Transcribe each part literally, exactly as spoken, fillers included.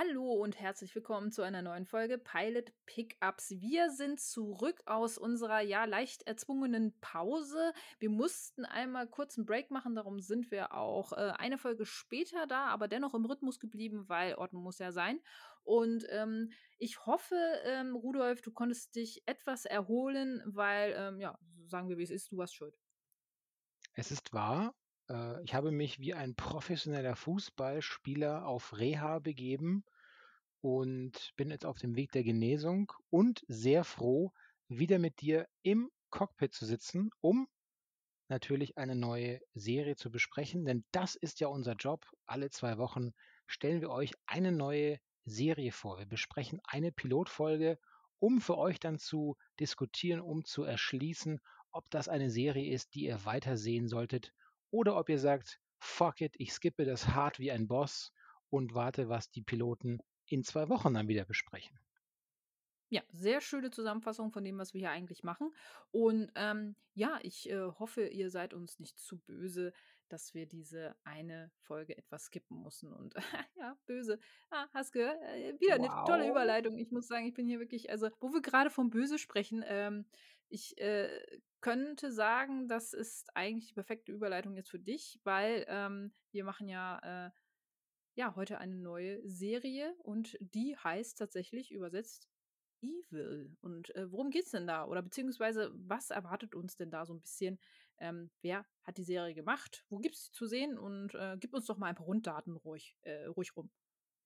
Hallo und herzlich willkommen zu einer neuen Folge Pilot Pickups. Wir sind zurück aus unserer ja leicht erzwungenen Pause. Wir mussten einmal kurz einen Break machen, darum sind wir auch äh, eine Folge später da, aber dennoch im Rhythmus geblieben, weil Ordnung muss ja sein. Und ähm, ich hoffe, ähm, Rudolf, du konntest dich etwas erholen, weil, ähm, ja, sagen wir, wie es ist, du warst schuld. Es ist wahr, äh, ich habe mich wie ein professioneller Fußballspieler auf Reha begeben und bin jetzt auf dem Weg der Genesung und sehr froh, wieder mit dir im Cockpit zu sitzen, um natürlich eine neue Serie zu besprechen, denn das ist ja unser Job. Alle zwei Wochen stellen wir euch eine neue Serie vor. Wir besprechen eine Pilotfolge, um für euch dann zu diskutieren, um zu erschließen, ob das eine Serie ist, die ihr weitersehen solltet oder ob ihr sagt, fuck it, ich skippe das hart wie ein Boss und warte, was die Piloten in zwei Wochen dann wieder besprechen. Ja, sehr schöne Zusammenfassung von dem, was wir hier eigentlich machen. Und ähm, ja, ich äh, hoffe, ihr seid uns nicht zu böse, dass wir diese eine Folge etwas skippen mussten. Und ja, böse. Ah, hast gehört? Äh, wieder eine tolle Wow. Überleitung. Ich muss sagen, ich bin hier wirklich, also, wo wir gerade vom Böse sprechen, ähm, ich äh, könnte sagen, das ist eigentlich die perfekte Überleitung jetzt für dich, weil ähm, wir machen ja, äh, ja heute eine neue Serie und die heißt tatsächlich übersetzt Evil. Und äh, worum geht's denn da? Oder beziehungsweise, was erwartet uns denn da so ein bisschen? Ähm, wer hat die Serie gemacht? Wo gibt's sie zu sehen? Und äh, gib uns doch mal ein paar Grunddaten ruhig, äh, ruhig rum.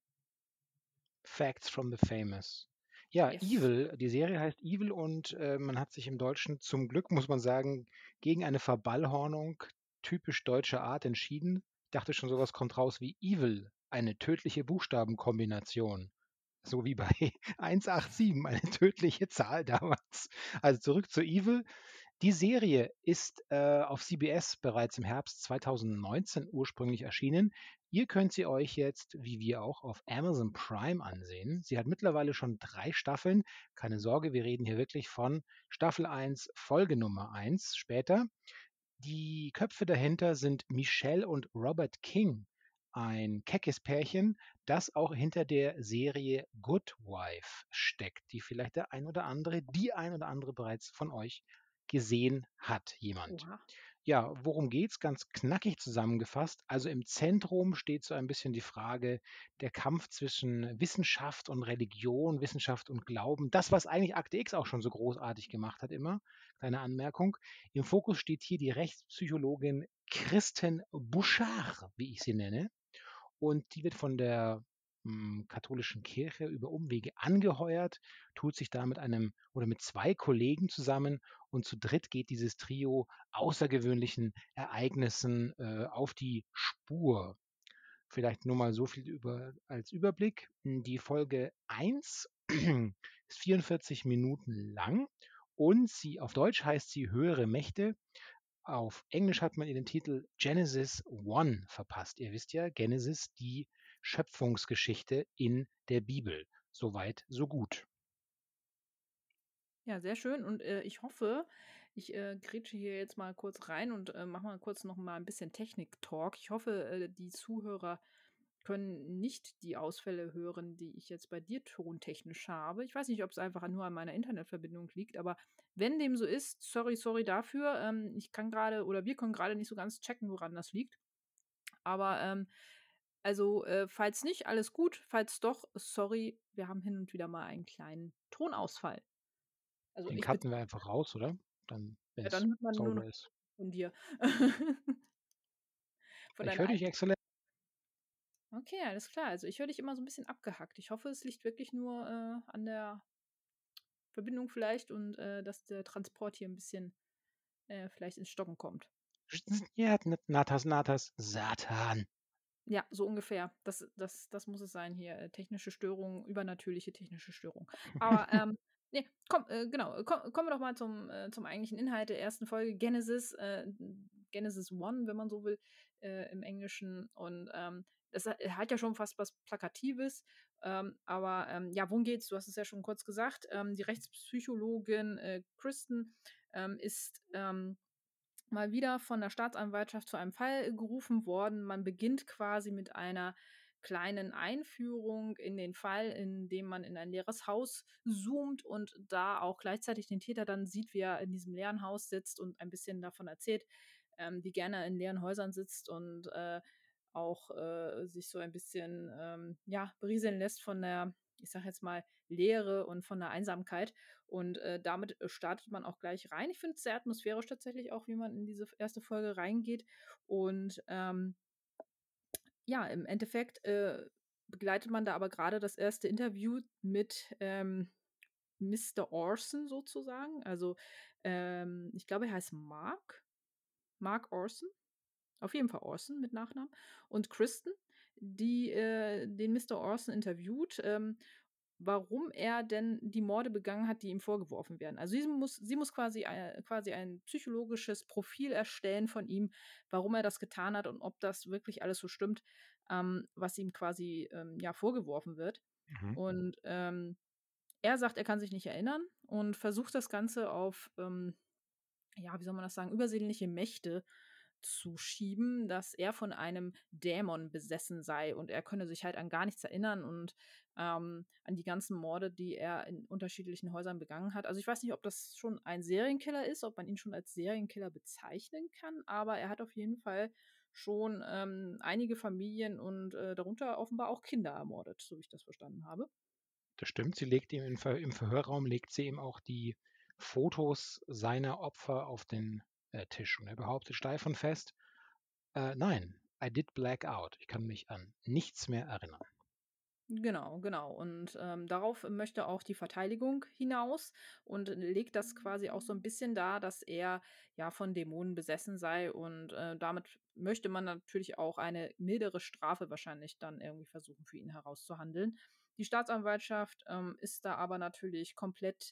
Facts from the Famous. Ja, Yes. Evil, die Serie heißt Evil und äh, man hat sich im Deutschen zum Glück, muss man sagen, gegen eine Verballhornung typisch deutscher Art entschieden. Ich dachte schon, sowas kommt raus wie Evil, eine tödliche Buchstabenkombination. So wie bei hundertsiebenundachtzig, eine tödliche Zahl damals. Also zurück zu Evil. Die Serie ist äh, auf C B S bereits im Herbst zweitausendneunzehn ursprünglich erschienen. Ihr könnt sie euch jetzt, wie wir auch, auf Amazon Prime ansehen. Sie hat mittlerweile schon drei Staffeln. Keine Sorge, wir reden hier wirklich von Staffel eins, Folge Nummer eins später. Die Köpfe dahinter sind Michelle und Robert King, ein keckes Pärchen, das auch hinter der Serie Good Wife steckt, die vielleicht der ein oder andere, die ein oder andere bereits von euch gesehen hat, jemand. Oha. Ja, worum geht's? Ganz knackig zusammengefasst. Also im Zentrum steht so ein bisschen die Frage, der Kampf zwischen Wissenschaft und Religion, Wissenschaft und Glauben. Das, was eigentlich Akte X auch schon so großartig gemacht hat, immer. Kleine Anmerkung. Im Fokus steht hier die Rechtspsychologin Kristen Bouchard, wie ich sie nenne. Und die wird von der hm, katholischen Kirche über Umwege angeheuert, tut sich da mit einem oder mit zwei Kollegen zusammen und zu dritt geht dieses Trio außergewöhnlichen Ereignissen äh, auf die Spur. Vielleicht nur mal so viel über, als Überblick. Die Folge eins ist vierundvierzig Minuten lang und sie auf Deutsch heißt sie Höhere Mächte. Auf Englisch hat man ihr den Titel Genesis One verpasst. Ihr wisst ja, Genesis, die Schöpfungsgeschichte in der Bibel. Soweit, so gut. Ja, sehr schön. Und äh, ich hoffe, ich äh, grätsche hier jetzt mal kurz rein und äh, mache mal kurz noch mal ein bisschen Technik-Talk. Ich hoffe, äh, die Zuhörer können nicht die Ausfälle hören, die ich jetzt bei dir tontechnisch habe. Ich weiß nicht, ob es einfach nur an meiner Internetverbindung liegt, aber wenn dem so ist, sorry, sorry dafür. Ähm, ich kann gerade oder wir können gerade nicht so ganz checken, woran das liegt. Aber ähm, also, äh, falls nicht, alles gut. Falls doch, sorry, wir haben hin und wieder mal einen kleinen Tonausfall. Also Den ich bitte. cutten wir einfach raus, oder? Dann, wenn Ja, es dann hört man nur noch sauber ist. von dir. Von Ich deiner höre dich eigenen. exzellent. Okay, alles klar. Also, ich höre dich immer so ein bisschen abgehackt. Ich hoffe, es liegt wirklich nur, äh, an der Verbindung vielleicht und, äh, dass der Transport hier ein bisschen, äh, vielleicht ins Stocken kommt. Ja, Natas, Natas, Satan. Ja, so ungefähr. Das das das muss es sein hier, äh, technische Störung, übernatürliche technische Störung. Aber, ähm, ne, komm, äh, genau, ko kommen wir doch mal zum äh, zum eigentlichen Inhalt der ersten Folge Genesis, äh, Genesis One, wenn man so will, äh, im Englischen. Und, ähm, das ha hat ja schon fast was Plakatives, ähm, aber, ähm, ja, worum geht's? Du hast es ja schon kurz gesagt. Ähm, die Rechtspsychologin, äh, Kristen, ähm, ist, ähm mal wieder von der Staatsanwaltschaft zu einem Fall gerufen worden. Man beginnt quasi mit einer kleinen Einführung in den Fall, indem man in ein leeres Haus zoomt und da auch gleichzeitig den Täter dann sieht, wie er in diesem leeren Haus sitzt und ein bisschen davon erzählt, ähm, wie gerne er in leeren Häusern sitzt und äh, auch äh, sich so ein bisschen ähm, ja, berieseln lässt von der, ich sag jetzt mal, Leere und von der Einsamkeit. Und äh, damit äh, startet man auch gleich rein. Ich finde es sehr atmosphärisch tatsächlich auch, wie man in diese erste Folge reingeht. Und ähm, ja, im Endeffekt äh, begleitet man da aber gerade das erste Interview mit ähm, Mister Orson sozusagen. Also ähm, ich glaube, er heißt Mark. Mark Orson. Auf jeden Fall Orson mit Nachnamen. Und Kristen, die äh, den Mister Orson interviewt, ähm, warum er denn die Morde begangen hat, die ihm vorgeworfen werden. Also sie muss, sie muss quasi, äh, quasi ein psychologisches Profil erstellen von ihm, warum er das getan hat und ob das wirklich alles so stimmt, ähm, was ihm quasi ähm, ja, vorgeworfen wird. Mhm. Und ähm, er sagt, er kann sich nicht erinnern und versucht das Ganze auf ähm, ja, wie soll man das sagen, übersinnliche Mächte zu schieben, dass er von einem Dämon besessen sei und er könne sich halt an gar nichts erinnern und ähm, an die ganzen Morde, die er in unterschiedlichen Häusern begangen hat. Also ich weiß nicht, ob das schon ein Serienkiller ist, ob man ihn schon als Serienkiller bezeichnen kann, aber er hat auf jeden Fall schon ähm, einige Familien und äh, darunter offenbar auch Kinder ermordet, so wie ich das verstanden habe. Das stimmt. Sie legt ihm im, Ver im Verhörraum legt sie ihm auch die Fotos seiner Opfer auf den äh, Tisch. Und er behauptet steif und fest, äh, nein, I did black out. Ich kann mich an nichts mehr erinnern. Genau, genau. Und ähm, darauf möchte auch die Verteidigung hinaus und legt das quasi auch so ein bisschen dar, dass er ja von Dämonen besessen sei. Und äh, damit möchte man natürlich auch eine mildere Strafe wahrscheinlich dann irgendwie versuchen, für ihn herauszuhandeln. Die Staatsanwaltschaft ähm, ist da aber natürlich komplett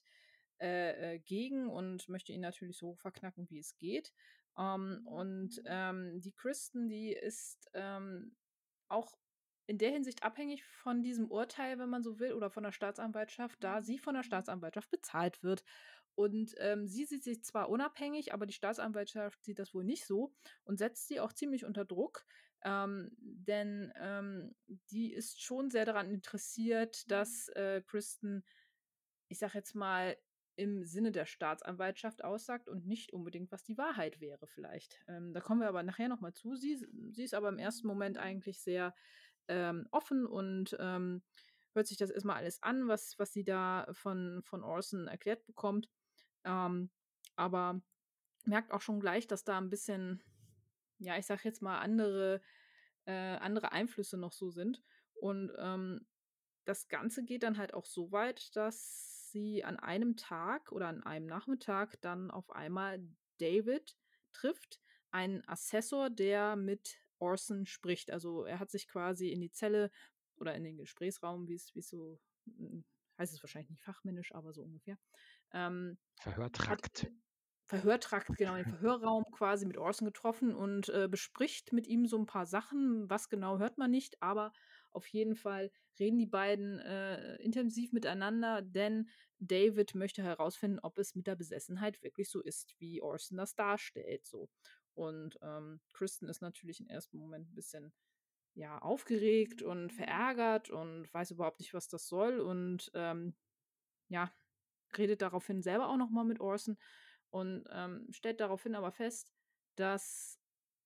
äh, äh, gegen und möchte ihn natürlich so verknacken, wie es geht. Ähm, und ähm, die Kristen, die ist ähm, auch in der Hinsicht abhängig von diesem Urteil, wenn man so will, oder von der Staatsanwaltschaft, da sie von der Staatsanwaltschaft bezahlt wird. Und ähm, sie sieht sich zwar unabhängig, aber die Staatsanwaltschaft sieht das wohl nicht so und setzt sie auch ziemlich unter Druck, ähm, denn ähm, die ist schon sehr daran interessiert, dass äh, Kristen, ich sag jetzt mal, im Sinne der Staatsanwaltschaft aussagt und nicht unbedingt, was die Wahrheit wäre vielleicht. Ähm, da kommen wir aber nachher nochmal zu. Sie, sie ist aber im ersten Moment eigentlich sehr ähm, offen und ähm, hört sich das erstmal alles an, was, was sie da von, von Orson erklärt bekommt. Ähm, aber merkt auch schon gleich, dass da ein bisschen, ja, ich sag jetzt mal, andere, äh, andere Einflüsse noch so sind. Und ähm, das Ganze geht dann halt auch so weit, dass sie an einem Tag oder an einem Nachmittag dann auf einmal David trifft, einen Assessor, der mit Orson spricht. Also er hat sich quasi in die Zelle oder in den Gesprächsraum, wie es wie es so hm, heißt es wahrscheinlich nicht fachmännisch, aber so ungefähr, ähm, hat Verhörtrakt. Verhörtrakt, genau, den Verhörraum quasi mit Orson getroffen und äh, bespricht mit ihm so ein paar Sachen. Was genau hört man nicht, aber auf jeden Fall reden die beiden äh, intensiv miteinander, denn David möchte herausfinden, ob es mit der Besessenheit wirklich so ist, wie Orson das darstellt. So. Und ähm, Kristen ist natürlich im ersten Moment ein bisschen ja, aufgeregt und verärgert und weiß überhaupt nicht, was das soll. Und ähm, ja, redet daraufhin selber auch nochmal mit Orson und ähm, stellt daraufhin aber fest, dass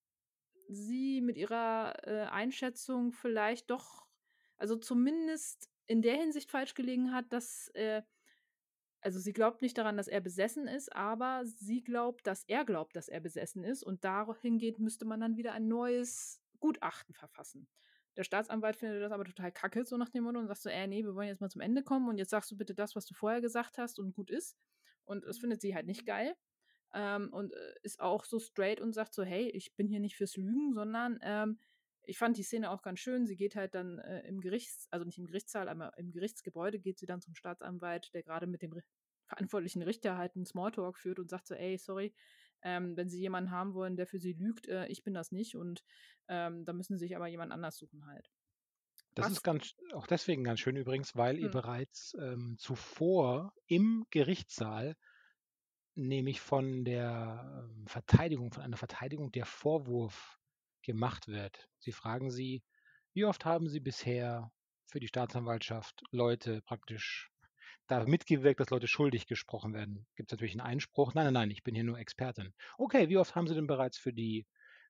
sie mit ihrer äh, Einschätzung vielleicht doch, also zumindest in der Hinsicht falsch gelegen hat, dass, äh, also sie glaubt nicht daran, dass er besessen ist, aber sie glaubt, dass er glaubt, dass er besessen ist und dahingehend müsste man dann wieder ein neues Gutachten verfassen. Der Staatsanwalt findet das aber total kacke, so nach dem Motto, und sagt so, äh, nee, wir wollen jetzt mal zum Ende kommen und jetzt sagst du bitte das, was du vorher gesagt hast und gut ist. Und das findet sie halt nicht geil. Ähm, und äh, ist auch so straight und sagt so, hey, ich bin hier nicht fürs Lügen, sondern ähm, ich fand die Szene auch ganz schön. Sie geht halt dann äh, im Gerichts, also nicht im Gerichtssaal, aber im Gerichtsgebäude geht sie dann zum Staatsanwalt, der gerade mit dem Ri- verantwortlichen Richter halt einen Smalltalk führt und sagt so, ey, sorry, ähm, wenn Sie jemanden haben wollen, der für Sie lügt, äh, ich bin das nicht und ähm, da müssen Sie sich aber jemand anders suchen halt. Das ist Was? ganz auch deswegen ganz schön übrigens, weil ihr Hm. bereits ähm, zuvor im Gerichtssaal nämlich von der ähm, Verteidigung, von einer Verteidigung der Vorwurf gemacht wird. Sie fragen sie, Wie oft haben Sie bisher für die Staatsanwaltschaft Leute praktisch da mitgewirkt, dass Leute schuldig gesprochen werden? Gibt es natürlich einen Einspruch? Nein, nein, nein, ich bin hier nur Expertin. Okay, wie oft haben Sie denn bereits für die,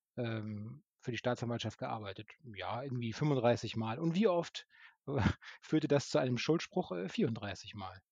ähm, für die Staatsanwaltschaft gearbeitet? Ja, irgendwie fünfunddreißig Mal. Und wie oft äh, führte das zu einem Schuldspruch? Äh, vierunddreißig Mal.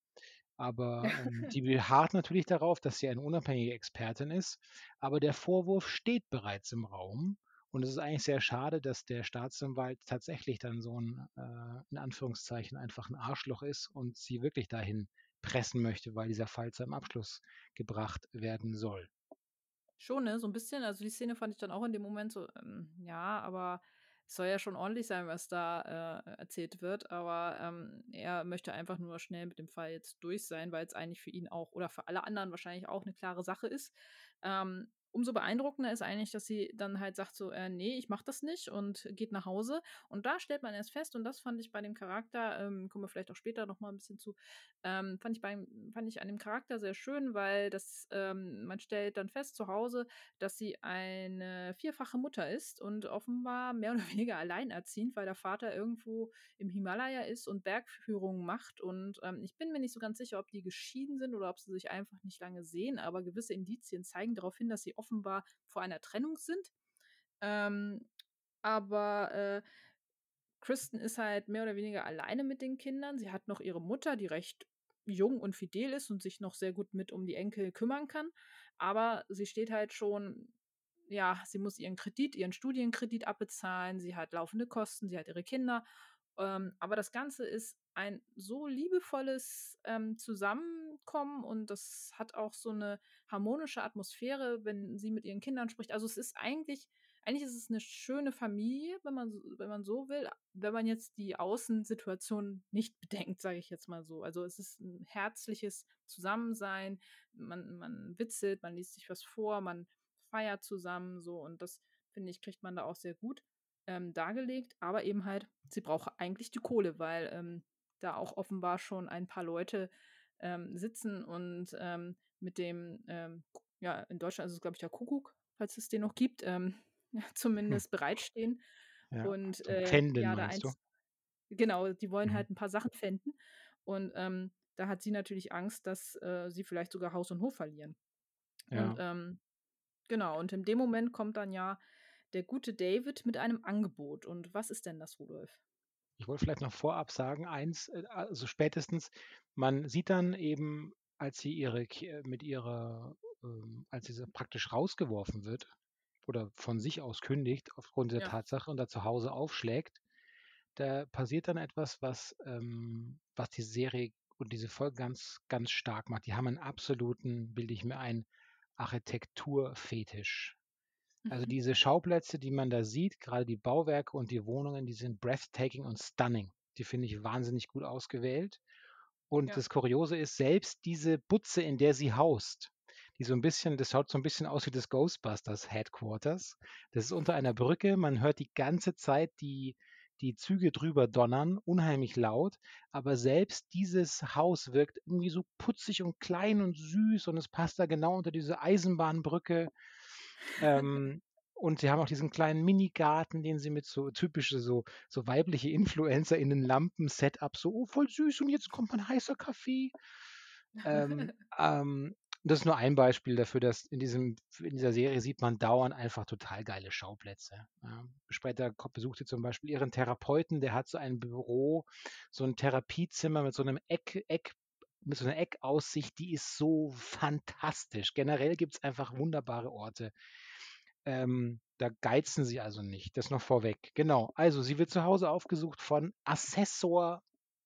Aber ähm, die beharrt natürlich darauf, dass sie eine unabhängige Expertin ist. Aber der Vorwurf steht bereits im Raum. Und es ist eigentlich sehr schade, dass der Staatsanwalt tatsächlich dann so ein, äh, in Anführungszeichen, einfach ein Arschloch ist und sie wirklich dahin pressen möchte, weil dieser Fall zu einem Abschluss gebracht werden soll. Schon, ne, so ein bisschen. Also, die Szene fand ich dann auch in dem Moment so, ähm, ja, aber es soll ja schon ordentlich sein, was da, äh, erzählt wird. Aber, ähm, er möchte einfach nur schnell mit dem Fall jetzt durch sein, weil es eigentlich für ihn auch oder für alle anderen wahrscheinlich auch eine klare Sache ist. Ähm, umso beeindruckender ist eigentlich, dass sie dann halt sagt so: „Äh, ne, ich mache das nicht“ und geht nach Hause. Und da stellt man erst fest und das fand ich bei dem Charakter, ähm, kommen wir vielleicht auch später noch mal 'n bisschen zu, ähm, fand ich beim fand ich an dem Charakter sehr schön, weil das ähm, man stellt dann fest zu Hause, dass sie eine vierfache Mutter ist und offenbar mehr oder weniger alleinerziehend, weil der Vater irgendwo im Himalaya ist und Bergführungen macht. Und ähm, ich bin mir nicht so ganz sicher, ob die geschieden sind oder ob sie sich einfach nicht lange sehen, aber gewisse Indizien zeigen darauf hin, dass sie offenbar vor einer Trennung sind. Ähm, aber äh, Kristen ist halt mehr oder weniger alleine mit den Kindern. Sie hat noch ihre Mutter, die recht jung und fidel ist und sich noch sehr gut mit um die Enkel kümmern kann. Aber sie steht halt schon, ja, sie muss ihren Kredit, ihren Studienkredit abbezahlen, sie hat laufende Kosten, sie hat ihre Kinder. Ähm, aber das Ganze ist ein so liebevolles ähm, Zusammenkommen und das hat auch so eine harmonische Atmosphäre, wenn sie mit ihren Kindern spricht. Also es ist eigentlich eigentlich ist es eine schöne Familie, wenn man so wenn man so will, wenn man jetzt die Außensituation nicht bedenkt, sage ich jetzt mal so. Also, es ist ein herzliches Zusammensein, man man witzelt, man liest sich was vor, man feiert zusammen so und das, finde ich, kriegt man da auch sehr gut, ähm, dargelegt. Aber eben halt, sie braucht eigentlich die Kohle, weil, ähm, da auch offenbar schon ein paar Leute, ähm, sitzen und, ähm, mit dem, ähm, ja, in Deutschland ist es, glaube ich, der Kuckuck, falls es den noch gibt, ähm, Hm. zumindest bereitstehen. Ja, Und, zum äh, Pfänden ja, da meinst du? eins genau, die wollen Mhm. halt ein paar Sachen pfänden. Und, ähm, da hat sie natürlich Angst, dass, äh, sie vielleicht sogar Haus und Hof verlieren. Und, Ja. ähm, genau, und in dem Moment kommt dann ja der gute David mit einem Angebot. Und was ist denn das, Rudolf? Ich wollte vielleicht noch vorab sagen, eins, äh, also spätestens, man sieht dann eben, als sie ihre Ki äh, mit ihrer ähm, als sie so praktisch rausgeworfen wird oder von sich aus kündigt aufgrund der Ja. Tatsache und da zu Hause aufschlägt, da passiert dann etwas, was, ähm was die Serie und diese Folge ganz, ganz stark macht. Die haben einen absoluten, bilde ich mir ein, Architekturfetisch. Also Mhm. diese Schauplätze, die man da sieht, gerade die Bauwerke und die Wohnungen, die sind breathtaking und stunning. Die finde ich wahnsinnig gut ausgewählt. Und Ja. das Kuriose ist, selbst diese Butze, in der sie haust, die so ein bisschen, das schaut so ein bisschen aus wie das Ghostbusters Headquarters. Das ist unter einer Brücke. Man hört die ganze Zeit die, die Züge drüber donnern, unheimlich laut. Aber selbst dieses Haus wirkt irgendwie so putzig und klein und süß und es passt da genau unter diese Eisenbahnbrücke. Ähm, und sie haben auch diesen kleinen Minigarten, den sie mit so typische, so, so weibliche Influencer in den Lampen-Setup, so, oh, voll süß, und jetzt kommt mein heißer Kaffee. Ähm, ähm, das ist nur ein Beispiel dafür, dass in diesem, in dieser Serie sieht man dauernd einfach total geile Schauplätze. Ja. Später ko- besucht sie zum Beispiel ihren Therapeuten, der hat so ein Büro, so ein Therapiezimmer mit so einem Eck, Eck, mit so einer Eckaussicht, die ist so fantastisch. Generell gibt es einfach wunderbare Orte. Ähm, da geizen sie also nicht. Das noch vorweg. Genau. Also, sie wird zu Hause aufgesucht von Assessor,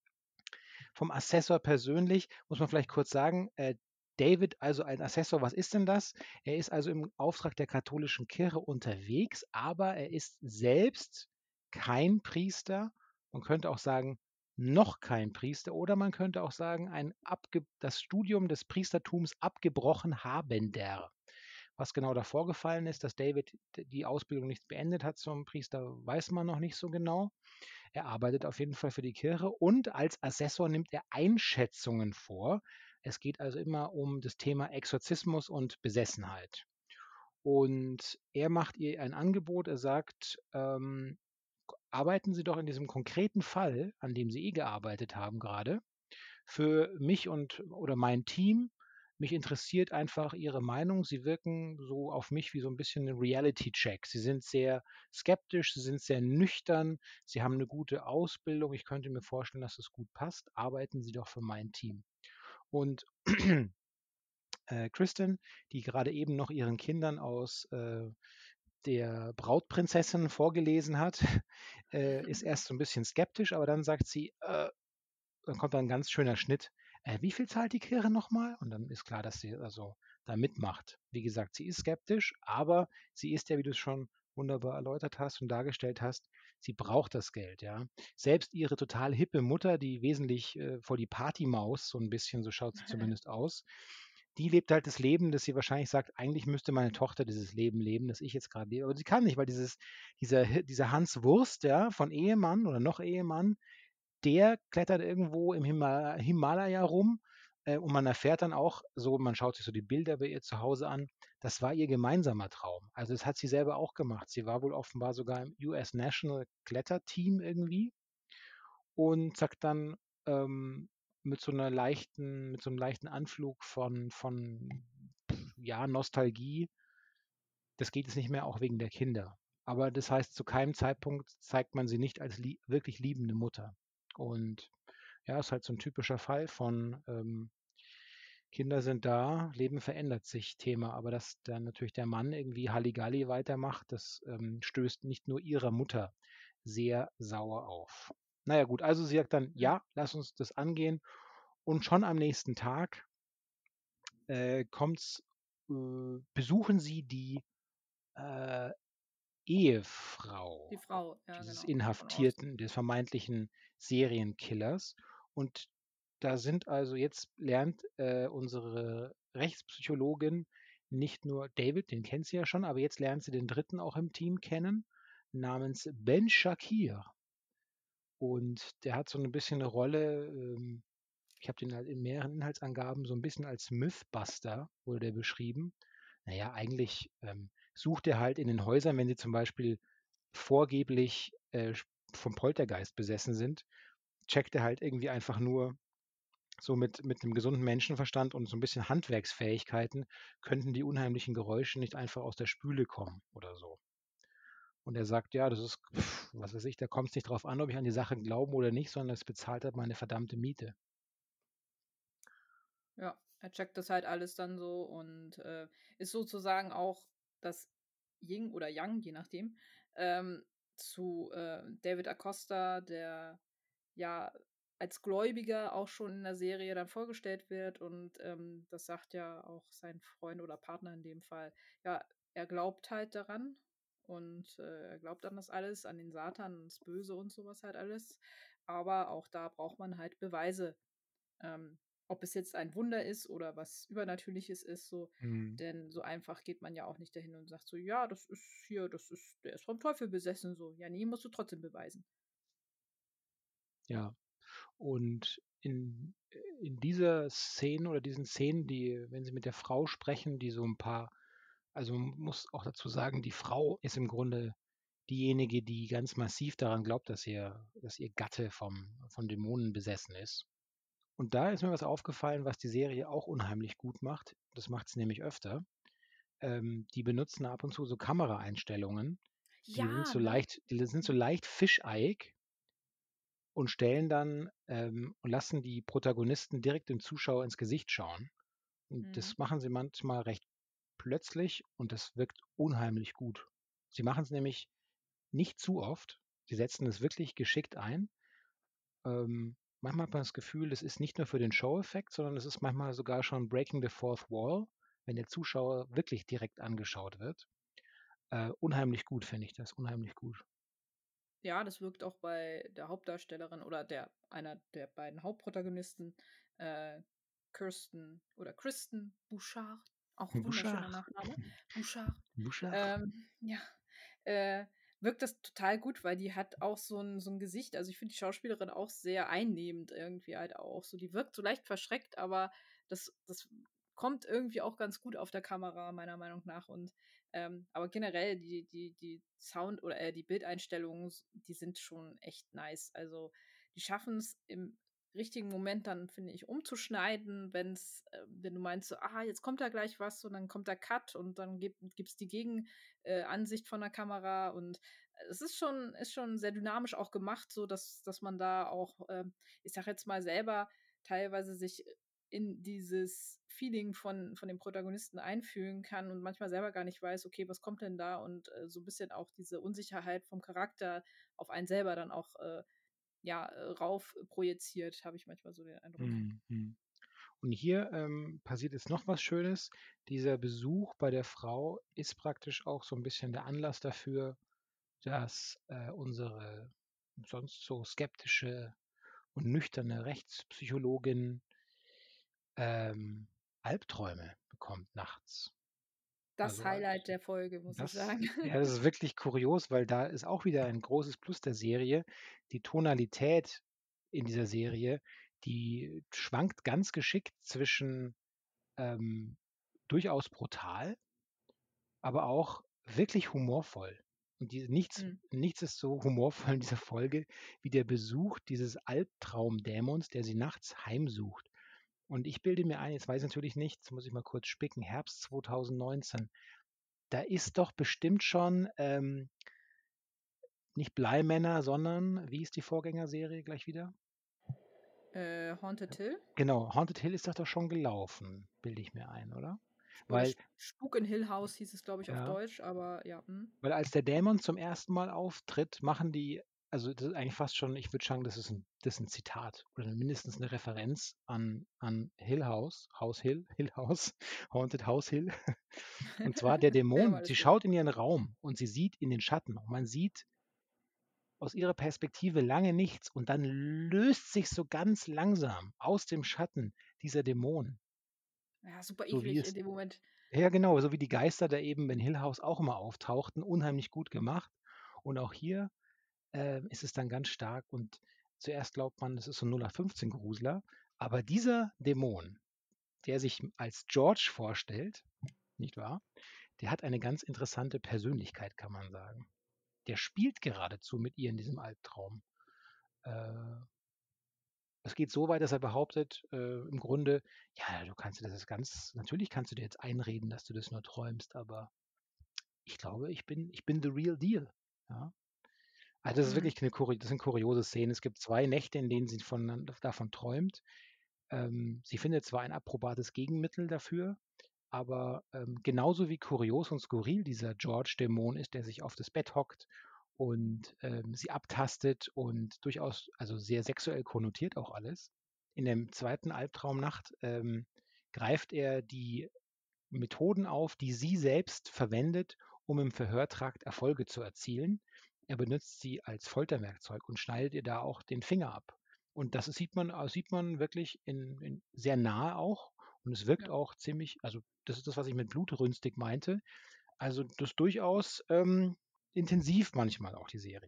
vom Assessor persönlich. Muss man vielleicht kurz sagen, äh, David, also ein Assessor, was ist denn das? Er ist also im Auftrag der katholischen Kirche unterwegs, aber er ist selbst kein Priester. Man könnte auch sagen, noch kein Priester, oder man könnte auch sagen, ein abge das Studium des Priestertums abgebrochen habender. Was genau da vorgefallen ist, dass David die Ausbildung nicht beendet hat zum Priester, weiß man noch nicht so genau. Er arbeitet auf jeden Fall für die Kirche und als Assessor nimmt er Einschätzungen vor. Es geht also immer um das Thema Exorzismus und Besessenheit. Und er macht ihr ein Angebot. Er sagt, ähm, arbeiten Sie doch in diesem konkreten Fall, an dem Sie eh gearbeitet haben gerade, für mich und oder mein Team. Mich interessiert einfach Ihre Meinung. Sie wirken so auf mich wie so ein bisschen 'n Reality-Check. Sie sind sehr skeptisch, Sie sind sehr nüchtern, Sie haben eine gute Ausbildung. Ich könnte mir vorstellen, dass es gut passt. Arbeiten Sie doch für mein Team. Und, äh, Kristen, die gerade eben noch ihren Kindern aus, äh, der Brautprinzessin vorgelesen hat, äh, ist erst so ein bisschen skeptisch, aber dann sagt sie, äh dann kommt da 'n ganz schöner Schnitt. „Äh, wie viel zahlt die Kirche noch mal?“ Und dann ist klar, dass sie also da mitmacht. Wie gesagt, sie ist skeptisch, aber sie ist ja, wie du's schon wunderbar erläutert hast und dargestellt hast, sie braucht das Geld, ja. Selbst ihre total hippe Mutter, die wesentlich, äh, vor die Partymaus, so 'n bisschen, so schaut sie zumindest aus, die lebt halt das Leben, dass sie wahrscheinlich sagt: „Eigentlich müsste meine Tochter dieses Leben leben, das ich jetzt grad lebe.“ Aber sie kann nicht, weil dieses dieser Hi dieser Hans Wurst, ja, von Ehemann oder noch Ehemann, der klettert irgendwo im Hima Himalaya rum, äh, und man erfährt dann auch so, man schaut sich so die Bilder bei ihr zu Hause an, das war ihr gemeinsamer Traum. Also, das hat sie selber auch gemacht. Sie war wohl offenbar sogar im U S National Kletterteam irgendwie und sagt dann, ähm, mit so 'ner leichten mit so 'nem leichten Anflug von von, ja, Nostalgie, das geht jetzt nicht mehr, auch wegen der Kinder. Aber das heißt, zu keinem Zeitpunkt zeigt man sie nicht als lie wirklich liebende Mutter. Und ja, ist halt so 'n typischer Fall von, ähm, Kinder sind da, Leben verändert sich Thema. Aber dass dann natürlich der Mann irgendwie Halligalli weitermacht, das, ähm, stößt nicht nur ihrer Mutter sehr sauer auf. Na ja gut, also sie sagt dann: Mhm. „Ja, lass uns das angehen.“ Und schon am nächsten Tag, äh, kommt's äh, besuchen sie die, äh, Die Ehefrau Frau, ja dieses genau, von Austin. Inhaftierten, des vermeintlichen Serienkillers. Und da sind also jetzt lernt, äh, unsere Rechtspsychologin nicht nur David, den kennt sie ja schon, aber jetzt lernt sie den Dritten auch im Team kennen, namens Ben Shakir. Und der hat so 'ne bisschen 'ne Rolle, ähm ich habe den halt in mehreren Inhaltsangaben so 'n bisschen als Mythbuster wurde der beschrieben. Na ja, eigentlich, ähm, sucht er halt in den Häusern, wenn sie zum Beispiel vorgeblich, äh, sch vom Poltergeist besessen sind, checkt er halt irgendwie einfach nur so mit mit 'nem gesunden Menschenverstand und so 'n bisschen Handwerksfähigkeiten, könnten die unheimlichen Geräusche nicht einfach aus der Spüle kommen oder so. Und er sagt: „Ja, das ist was weiß ich, da kommt's nicht drauf an, ob ich an die Sache glaube oder nicht, sondern es bezahlt halt meine verdammte Miete.“ Ja, er checkt das halt alles dann so und, äh, ist sozusagen auch das Yin oder Yang, je nachdem, ähm, zu, äh, David Acosta, der ja als Gläubiger auch schon in der Serie dann vorgestellt wird und, ähm, das sagt ja auch sein Freund oder Partner in dem Fall. Ja, er glaubt halt daran und, äh, er glaubt an das alles, an den Satan, ans Böse und so was halt alles. Aber auch da braucht man halt Beweise. Ähm, ob es jetzt ein Wunder ist oder was Übernatürliches ist, so. Mhm. Denn so einfach geht man ja auch nicht dahin und sagt so: „Ja, das ist hier das ist der ist vom Teufel besessen“, so. Ja, ne, musst du trotzdem beweisen. Ja. Und in äh, in dieser Szene oder diesen Szenen, die wenn Sie mit der Frau sprechen, die so 'n paar also, man muss auch dazu sagen, die Frau ist im Grunde diejenige, die ganz massiv daran glaubt, dass ihr dass ihr Gatte vom von Dämonen besessen ist. Und da ist mir was aufgefallen, was die Serie auch unheimlich gut macht. Das macht sie nämlich öfter. Ähm, die benutzen ab und zu so Kameraeinstellungen, die sind Ja, so ne? leicht die sind so Mhm. leicht fischeiig und stellen dann ähm, und lassen die Protagonisten direkt dem Zuschauer ins Gesicht schauen. Und Mhm. das machen sie manchmal recht plötzlich und das wirkt unheimlich gut. Sie machen's nämlich nicht zu oft. Sie setzen es wirklich geschickt ein. Ähm, manchmal hat man das Gefühl, das ist nicht nur für den Showeffekt, sondern es ist manchmal sogar schon breaking the fourth wall, wenn der Zuschauer wirklich direkt angeschaut wird. Äh, unheimlich gut finde ich das, unheimlich gut. Ja, das wirkt auch bei der Hauptdarstellerin oder der einer der beiden Hauptprotagonisten, äh, Kirsten oder Kristen Bouchard, auch wunderschöner Bouchard. Nachname, Bouchard. Bouchard. Ähm, ja, äh, wirkt das total gut, weil die hat auch so 'n so 'n Gesicht also, ich finde die Schauspielerin auch sehr einnehmend irgendwie halt auch so. Die wirkt so leicht verschreckt, aber das das kommt irgendwie auch ganz gut auf der Kamera meiner Meinung nach und, Ähm, aber generell die die die Sound oder, äh, die Bildeinstellungen, s die sind schon echt nice. Also, die schaffen's im richtigen Moment dann, finde ich, umzuschneiden, wenn's äh, wenn du meinst so: „Ah, jetzt kommt da gleich was“ und dann kommt der Cut und dann gibt gibt's die Gegen äh, Ansicht von der Kamera und es ist schon ist schon sehr dynamisch auch gemacht, so dass dass man da auch, ähm, ich sage jetzt mal, selber teilweise sich in dieses Feeling von von dem Protagonisten einfühlen kann und manchmal selber gar nicht weiß: „Okay, was kommt denn da?“ Und, äh, so 'n bisschen auch diese Unsicherheit vom Charakter auf einen selber dann auch, äh, ja, äh, rauf projiziert, habe ich manchmal so den Eindruck. Mhm, mhm. Und hier, ähm, passiert jetzt noch was Schönes. Dieser Besuch bei der Frau ist praktisch auch so 'n bisschen der Anlass dafür, dass, äh, unsere sonst so skeptische und nüchterne Rechtspsychologin ähm, Albträume bekommt nachts. Das Also, als Highlight der Folge, muss ich das sagen. ja, das ist wirklich kurios, weil da ist auch wieder ein großes Plus der Serie. Die Tonalität in dieser Serie, die schwankt ganz geschickt zwischen, ähm, durchaus brutal aber auch wirklich humorvoll. Und die nichts Mhm. nichts ist so humorvoll in dieser Folge wie der Besuch dieses Albtraumdämons, der sie nachts heimsucht. Und ich bilde mir ein, jetzt weiß ich natürlich nicht, jetzt muss ich mal kurz spicken, Herbst zweitausendneunzehn. Da ist doch bestimmt schon, ähm nicht Bligh-Manor, sondern wie hieß die Vorgängerserie gleich wieder? Äh, Haunted Hill? Genau, Haunted Hill ist doch da schon gelaufen, bilde ich mir ein, oder? Oder Weil Sp Spuk in Hill House hieß es, glaube ich, auf Ja. Deutsch, aber ja, mhm. Weil als der Dämon zum ersten Mal auftritt, machen die also, das ist eigentlich fast schon ich würde sagen, das ist 'n das ist 'n Zitat oder mindestens 'ne Referenz an an Hill House, House Hill, Hill House, Haunted House Hill. Und zwar der Ja, Dämon, alles sie gut. schaut in ihren Raum und sie sieht in den Schatten und man sieht aus ihrer Perspektive lange nichts und dann löst sich so ganz langsam aus dem Schatten dieser Dämon. Ja, super So wie eklig in es dem Moment. ja genau, so wie die Geister da eben in Hill House auch immer auftauchten, unheimlich gut gemacht. Und auch hier, äh, ist es dann ganz stark und zuerst glaubt man, das ist so 'n null acht fünfzehn Grusler, aber dieser Dämon, der sich als George vorstellt, nicht wahr? Der hat eine ganz interessante Persönlichkeit, kann man sagen. Der spielt geradezu mit ihr in diesem Albtraum. Äh es geht so weit, dass er behauptet, äh, im Grunde: „Ja, du kannst dir das jetzt ganz natürlich kannst du dir jetzt einreden, dass du das nur träumst, aber ich glaube, ich bin ich bin the real deal“, ja? Also, das ist Mhm. wirklich 'ne kuri das sind kuriose Szenen. Es gibt zwei Nächte, in denen sie voneinander davon träumt. Ähm, sie findet zwar ein approbates Gegenmittel dafür, aber, ähm, genauso wie kurios und skurril dieser George-Dämon ist, der sich auf das Bett hockt und, ähm, sie abtastet und durchaus also, sehr sexuell konnotiert auch alles. In dem zweiten Albtraumnacht, ähm, greift er die Methoden auf, die sie selbst verwendet, um im Verhörtrakt Erfolge zu erzielen. Er benutzt sie als Folterwerkzeug und schneidet ihr da auch den Finger ab. Und das sieht man a sieht man wirklich in in sehr nahe auch und es wirkt Ja. auch ziemlich also, das ist das, was ich mit blutrünstig meinte. Also, das ist durchaus, ähm, intensiv manchmal auch die Serie.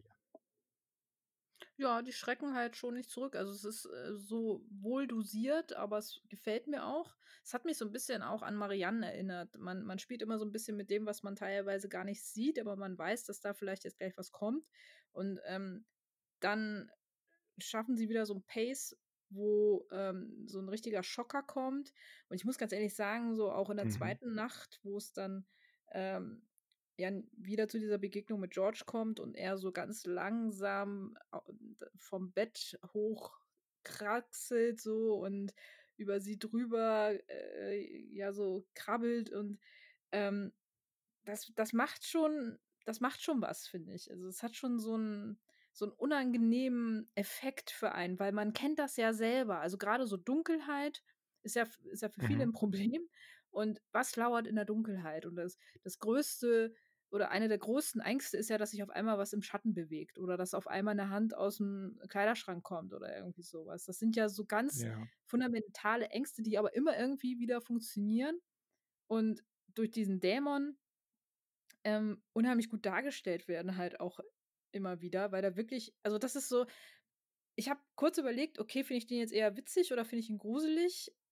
Ja, die schrecken halt schon nicht zurück. Also, es ist, äh, so wohl dosiert, aber es gefällt mir auch. Es hat mich so 'n bisschen auch an Marianne erinnert. Man man spielt immer so 'n bisschen mit dem, was man teilweise gar nicht sieht, aber man weiß, dass da vielleicht jetzt gleich was kommt. Und, ähm, dann schaffen sie wieder so 'n Pace, wo, ähm, so 'n richtiger Schocker kommt. Und ich muss ganz ehrlich sagen, so auch in der Mhm. zweiten Nacht, wo's dann, ähm, ja, n wieder zu dieser Begegnung mit George kommt und er so ganz langsam a d vom Bett hochkraxelt so und über sie drüber, äh, ja, so krabbelt und, ähm, das das macht schon das macht schon was, finde ich. Also, es hat schon so 'n so 'n unangenehmen Effekt für einen, weil man kennt das ja selber. Also, grade so Dunkelheit ist ja f ist ja für viele Mhm. 'n Problem. Und was lauert in der Dunkelheit? Und das das größte oder eine der größten Ängste ist ja, dass sich auf einmal was im Schatten bewegt oder dass auf einmal 'ne Hand aus'm Kleiderschrank kommt oder irgendwie so was. Das sind ja so ganz Ja. fundamentale Ängste, die aber immer irgendwie wieder funktionieren und durch diesen Dämon ähm, unheimlich gut dargestellt werden halt auch immer wieder, weil da wirklich also, das ist so ich habe kurz überlegt: „Okay, finde ich den jetzt eher witzig oder finde ich ihn gruselig?“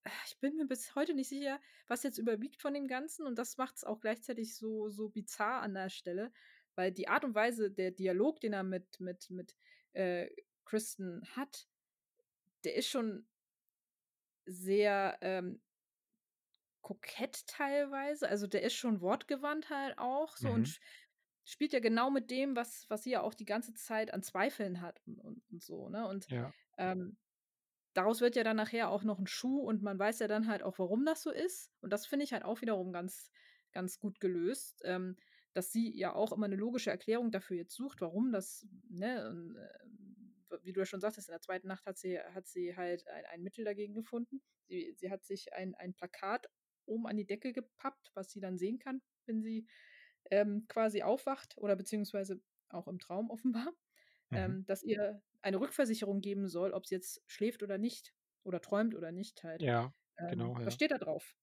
ich bin mir bis heute nicht sicher, was jetzt überwiegt von dem Ganzen und das macht's auch gleichzeitig so so bizarr an der Stelle, weil die Art und Weise der Dialog, den er mit mit mit, äh, Kristen hat, der ist schon sehr, ähm kokett teilweise. Also, der ist schon wortgewandt halt auch so und Mhm. sch spielt ja genau mit dem, was was sie ja auch die ganze Zeit an Zweifeln hat und und und so, ne? Und, Ja. ähm, daraus wird ja dann nachher auch noch 'n Schuh und man weiß ja dann halt auch, warum das so ist. Und das finde ich halt auch wiederum ganz ganz gut gelöst, ähm, dass sie ja auch immer 'ne logische Erklärung dafür jetzt sucht, warum das, ne, und, ähm, w wie du ja schon sagtest, in der zweiten Nacht hat sie hat sie halt ein ein Mittel dagegen gefunden. Sie sie hat sich ein ein Plakat oben an die Decke gepappt, was sie dann sehen kann, wenn sie, ähm, quasi aufwacht oder beziehungsweise auch im Traum offenbar, Mhm. ähm, dass ihr eine Rückversicherung geben soll, ob sie jetzt schläft oder nicht oder träumt oder nicht halt. Ja, Ähm, genau, was ja. steht da drauf?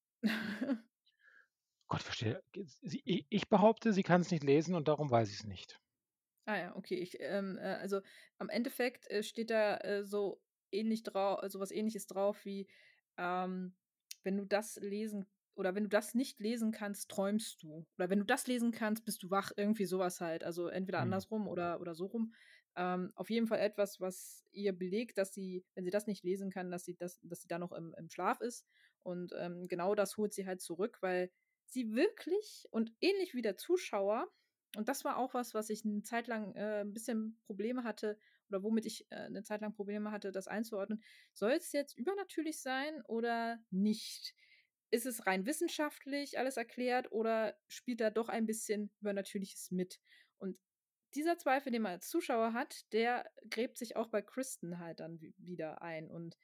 Gott, verstehe g sie i ich behaupte, sie kann's nicht lesen und darum weiß ich's nicht. Ah ja, okay. Ich, ähm, äh also, am Endeffekt, äh, steht da, äh, so ähnlich drau so was Ähnliches drauf wie, ähm: „Wenn du das lesen oder wenn du das nicht lesen kannst, träumst du. Oder wenn du das lesen kannst, bist du wach.“ Irgendwie so was halt. Also, entweder Mhm. andersrum oder oder so rum. Ähm, auf jeden Fall etwas, was ihr belegt, dass sie, wenn sie das nicht lesen kann, dass sie das dass sie da noch im im Schlaf ist. Und, ähm, genau das holt sie halt zurück, weil sie wirklich und ähnlich wie der Zuschauer und das war auch was, was ich 'ne Zeit lang, äh, 'n bisschen Probleme hatte oder womit ich, äh, 'ne Zeit lang Probleme hatte, das einzuordnen. Soll's jetzt übernatürlich sein oder nicht? Ist es rein wissenschaftlich alles erklärt oder spielt da doch ein bisschen Übernatürliches mit? Und dieser Zweifel, den man als Zuschauer hat, der gräbt sich auch bei Kristen halt dann wi wieder ein. Und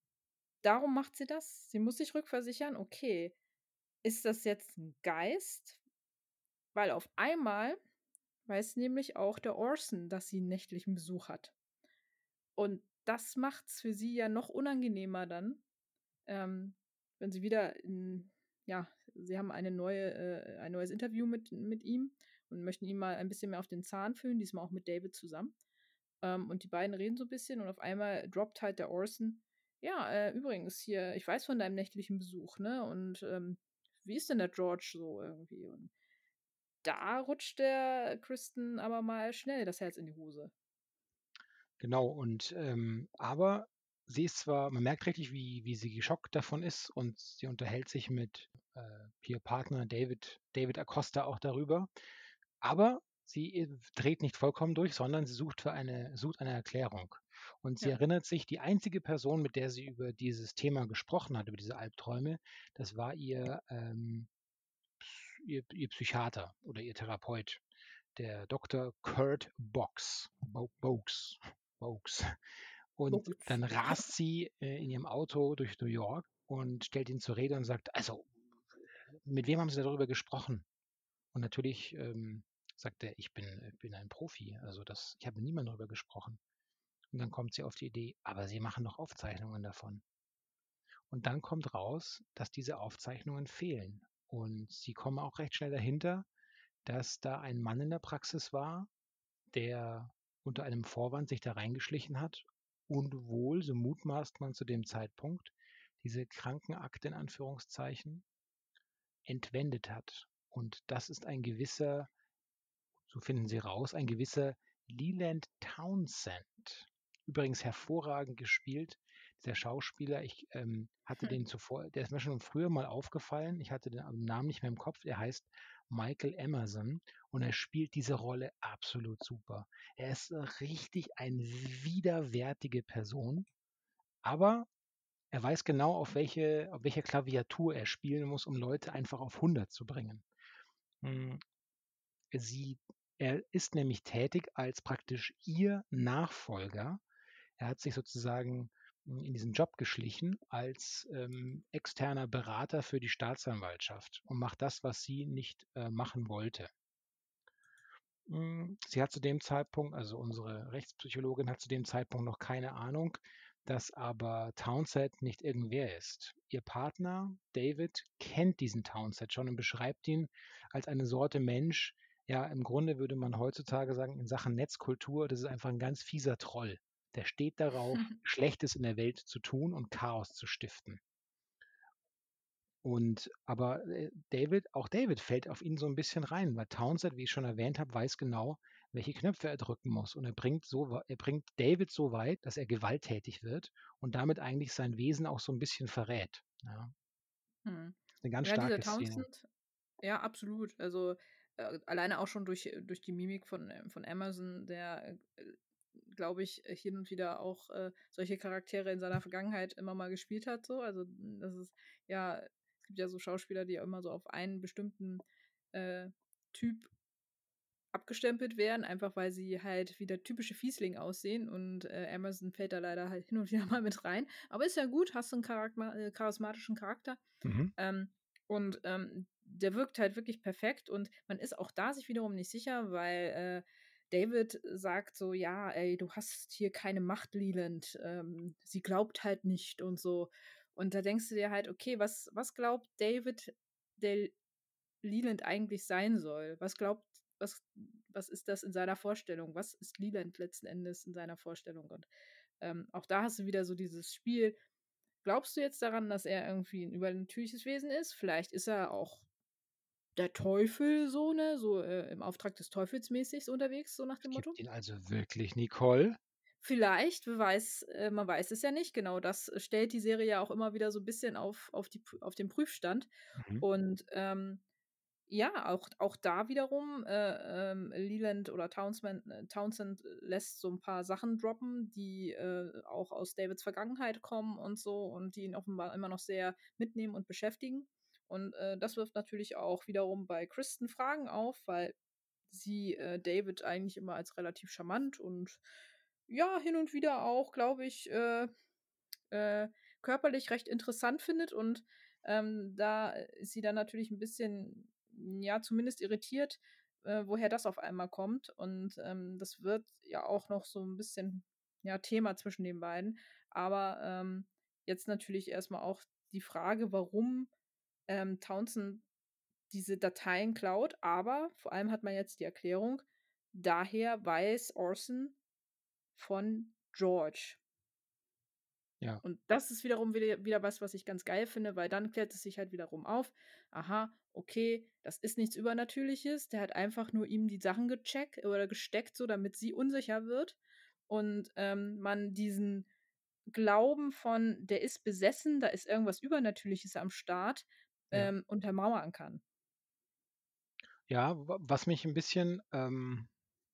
darum macht sie das. Sie muss sich rückversichern: „Okay, ist das jetzt 'n Geist?“ Weil auf einmal weiß nämlich auch der Orson, dass sie nächtlichen Besuch hat. Und das macht's für sie ja noch unangenehmer dann, ähm, wenn sie wieder in ja, sie haben eine neue äh, ein neues Interview mit mit ihm und möchten ihm mal ein bisschen mehr auf den Zahn fühlen, diesmal auch mit David zusammen. Ähm, und die beiden reden so bisschen und auf einmal droppt halt der Orson: „Ja, äh, übrigens hier, ich weiß von deinem nächtlichen Besuch, ne? Und, ähm, wie ist denn der George so irgendwie?“ Und da rutscht der Kristen aber mal schnell das Herz in die Hose. Genau und, ähm aber sie ist zwar man merkt richtig, wie wie sie geschockt davon ist und sie unterhält sich mit, äh, ihr Partner David David Acosta auch darüber. Aber sie, äh, dreht nicht vollkommen durch, sondern sie sucht für eine sucht eine Erklärung. Und sie Ja. erinnert sich, die einzige Person, mit der sie über dieses Thema gesprochen hat, über diese Albträume, das war ihr, ähm, Ps ihr ihr Psychiater oder ihr Therapeut, der Doktor Kurt Box Bo Boakes Boakes. Und dann rast sie, äh, in ihrem Auto durch New York und stellt ihn zur Rede und sagt: „Also, mit wem haben Sie darüber gesprochen?“ Und natürlich, ähm, sagt er: „Ich bin äh, bin ein Profi, also das ich habe mit niemandem darüber gesprochen.“ Und dann kommt sie auf die Idee: „Aber Sie machen doch Aufzeichnungen davon.“ Und dann kommt raus, dass diese Aufzeichnungen fehlen. Und sie kommen auch recht schnell dahinter, dass da ein Mann in der Praxis war, der unter einem Vorwand sich da reingeschlichen hat und wohl, so mutmaßt man zu dem Zeitpunkt, diese Krankenakte in Anführungszeichen entwendet hat. Und das ist ein gewisser so finden sie raus, ein gewisser Leland Townsend. Übrigens hervorragend gespielt, dieser Schauspieler. Ich, ähm, hatte den zuvor der ist mir schon früher mal aufgefallen. Ich hatte den Namen nicht mehr im Kopf. Er heißt Michael Emerson und er spielt diese Rolle absolut super. Er ist richtig ein widerwärtige Person, aber er weiß genau, auf welche auf welcher Klaviatur er spielen muss, um Leute einfach auf hundert zu bringen. Hm, sie er ist nämlich tätig als praktisch ihr Nachfolger. Er hat sich sozusagen, hm, in diesen Job geschlichen als, ähm, externer Berater für die Staatsanwaltschaft und macht das, was sie nicht, äh, machen wollte. Hm, sie hat zu dem Zeitpunkt also unsere Rechtspsychologin hat zu dem Zeitpunkt noch keine Ahnung, dass aber Townsend nicht irgendwer ist. Ihr Partner David kennt diesen Townsend schon und beschreibt ihn als eine Sorte Mensch ja, im Grunde würde man heutzutage sagen, in Sachen Netzkultur, das ist einfach 'n ganz fieser Troll. Der steht darauf, Schlechtes in der Welt zu tun und Chaos zu stiften. Und aber, äh, David auch David fällt auf ihn so ein bisschen rein, weil Townsend, wie ich schon erwähnt habe, weiß genau, welche Knöpfe er drücken muss. Und er bringt so wei er bringt David so weit, dass er gewalttätig wird und damit eigentlich sein Wesen auch so ein bisschen verrät, ja. Mhm. Ist 'ne ganz Ja, dieser starke Szene. Townsend, ja, absolut. Also, äh, alleine auch schon durch äh, durch die Mimik von ähm, von Emerson, der, äh, glaube ich, äh, hin und wieder auch, äh, solche Charaktere in seiner Vergangenheit immer mal gespielt hat so. Also, hm, das ist ja es gibt ja so Schauspieler, die immer so auf einen bestimmten, äh, Typ abgestempelt werden, einfach weil sie halt wie der typische Fiesling aussehen und, äh, Emerson fällt da leider halt hin und wieder mal mit rein. Aber ist ja gut, hast du 'n Charakma äh, charismatischen Charakter. Mhm. Ähm, und, ähm, der wirkt halt wirklich perfekt und man ist auch da sich wiederum nicht sicher, weil, äh, David sagt so: „Ja, ey, du hast hier keine Macht, Leland. Ähm, sie glaubt halt nicht“ und so. Und da denkst du dir halt: „Okay, was was glaubt David, der Leland eigentlich sein soll? Was glaubt was was ist das in seiner Vorstellung? Was ist Leland letzten Endes in seiner Vorstellung?“ Und, ähm, auch da hast du wieder so dieses Spiel. Glaubst du jetzt daran, dass er irgendwie 'n übernatürliches Wesen ist? Vielleicht ist er auch der Teufel so, ne, so, äh, im Auftrag des Teufels mäßig so unterwegs, so nach Es dem Motto? gibt ihn also wirklich, Nicole? Vielleicht, wer weiß äh, man weiß es ja nicht genau. Das äh, stellt die Serie ja auch immer wieder so 'n bisschen auf auf die Prü auf den Prüfstand. Mhm. Und, ähm, ja, auch auch da wiederum, äh, ähm, Leland oder Townsman äh, Townsend lässt so 'n paar Sachen droppen, die, äh, auch aus Davids Vergangenheit kommen und so und die ihn offenbar immer noch sehr mitnehmen und beschäftigen. Und, äh, das wirft natürlich auch wiederum bei Kristen Fragen auf, weil sie, äh, David eigentlich immer als relativ charmant und ja, hin und wieder auch, glaube ich, äh, äh, körperlich recht interessant findet und, ähm, da ist sie dann natürlich 'n bisschen, ja, zumindest irritiert, äh, woher das auf einmal kommt. Und, ähm, das wird ja auch noch so 'n bisschen, ja, Thema zwischen den beiden. Aber, ähm, jetzt natürlich erst mal auch die Frage, warum, ähm, Townsend diese Dateien klaut, aber vor allem hat man jetzt die Erklärung, daher weiß Orson von George. Ja. Und das ist wiederum wieder wieder was, was ich ganz geil finde, weil dann klärt es sich halt wiederum auf: Aha, okay, das ist nichts Übernatürliches. Der hat einfach nur ihm die Sachen gecheckt oder gesteckt, so damit sie unsicher wird und, ähm, man diesen Glauben von: „Der ist besessen, da ist irgendwas Übernatürliches am Start“, Ja. ähm, untermauern kann. Ja, wa was mich 'n bisschen, ähm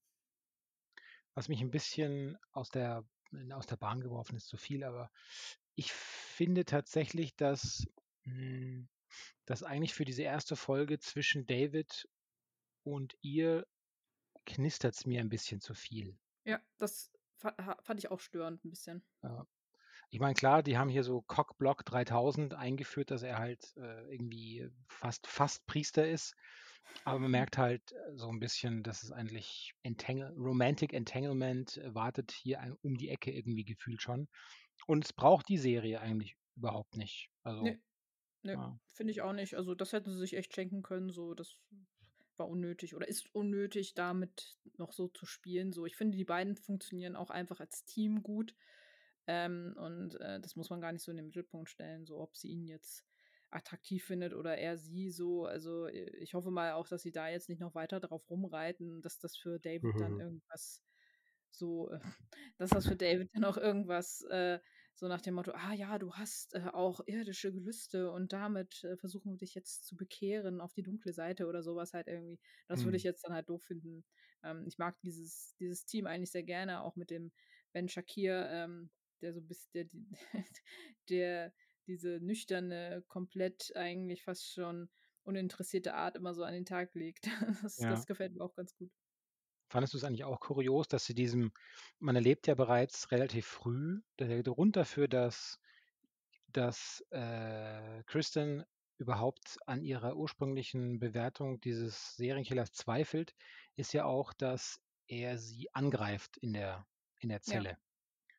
was mich 'n bisschen aus der aus der Bahn geworfen ist zu viel, aber ich finde tatsächlich, dass hm, dass eigentlich für diese erste Folge zwischen David und ihr knistert's mir 'n bisschen zu viel. Ja, das fa ha fand ich auch störend 'n bisschen. Ja. Ich meine, klar, die haben hier so Cock Block dreitausend eingeführt, dass er halt, äh, irgendwie fast fast Priester ist. Aber man merkt halt, äh, so 'n bisschen, dass es eigentlich Entangle Romantic Entanglement wartet hier ein um die Ecke irgendwie gefühlt schon. Und es braucht die Serie eigentlich überhaupt nicht. Also, Ne, ne, ja. finde ich auch nicht. Also, das hätten sie sich echt schenken können, so. Das war unnötig oder ist unnötig, damit noch so zu spielen, so. Ich finde, die beiden funktionieren auch einfach als Team gut. Ähm, und, äh, das muss man gar nicht so in den Mittelpunkt stellen, so ob sie ihn jetzt attraktiv findet oder er sie so. Also, äh, ich hoffe mal auch, dass sie da jetzt nicht noch weiter drauf rumreiten, dass das für David dann irgendwas so äh, dass das für David dann auch irgendwas, äh, so nach dem Motto: „Ah ja, du hast, äh, auch irdische Gelüste und damit, äh, versuchen wir dich jetzt zu bekehren auf die dunkle Seite“ oder so was halt irgendwie. Das würde ich Mhm. jetzt dann halt doof finden. Ähm, ich mag dieses dieses Team eigentlich sehr gerne, auch mit dem Ben Shakir, ähm, der so biss der die der diese nüchterne, komplett eigentlich fast schon uninteressierte Art immer so an den Tag legt. Das das Ja. gefällt mir auch ganz gut. Fandest du's eigentlich auch kurios, dass sie diesem man erlebt ja bereits relativ früh der Grund dafür, dass dass, äh, Kristen überhaupt an ihrer ursprünglichen Bewertung dieses Serienkillers zweifelt, ist ja auch, dass er sie angreift in der in der Ja. Zelle.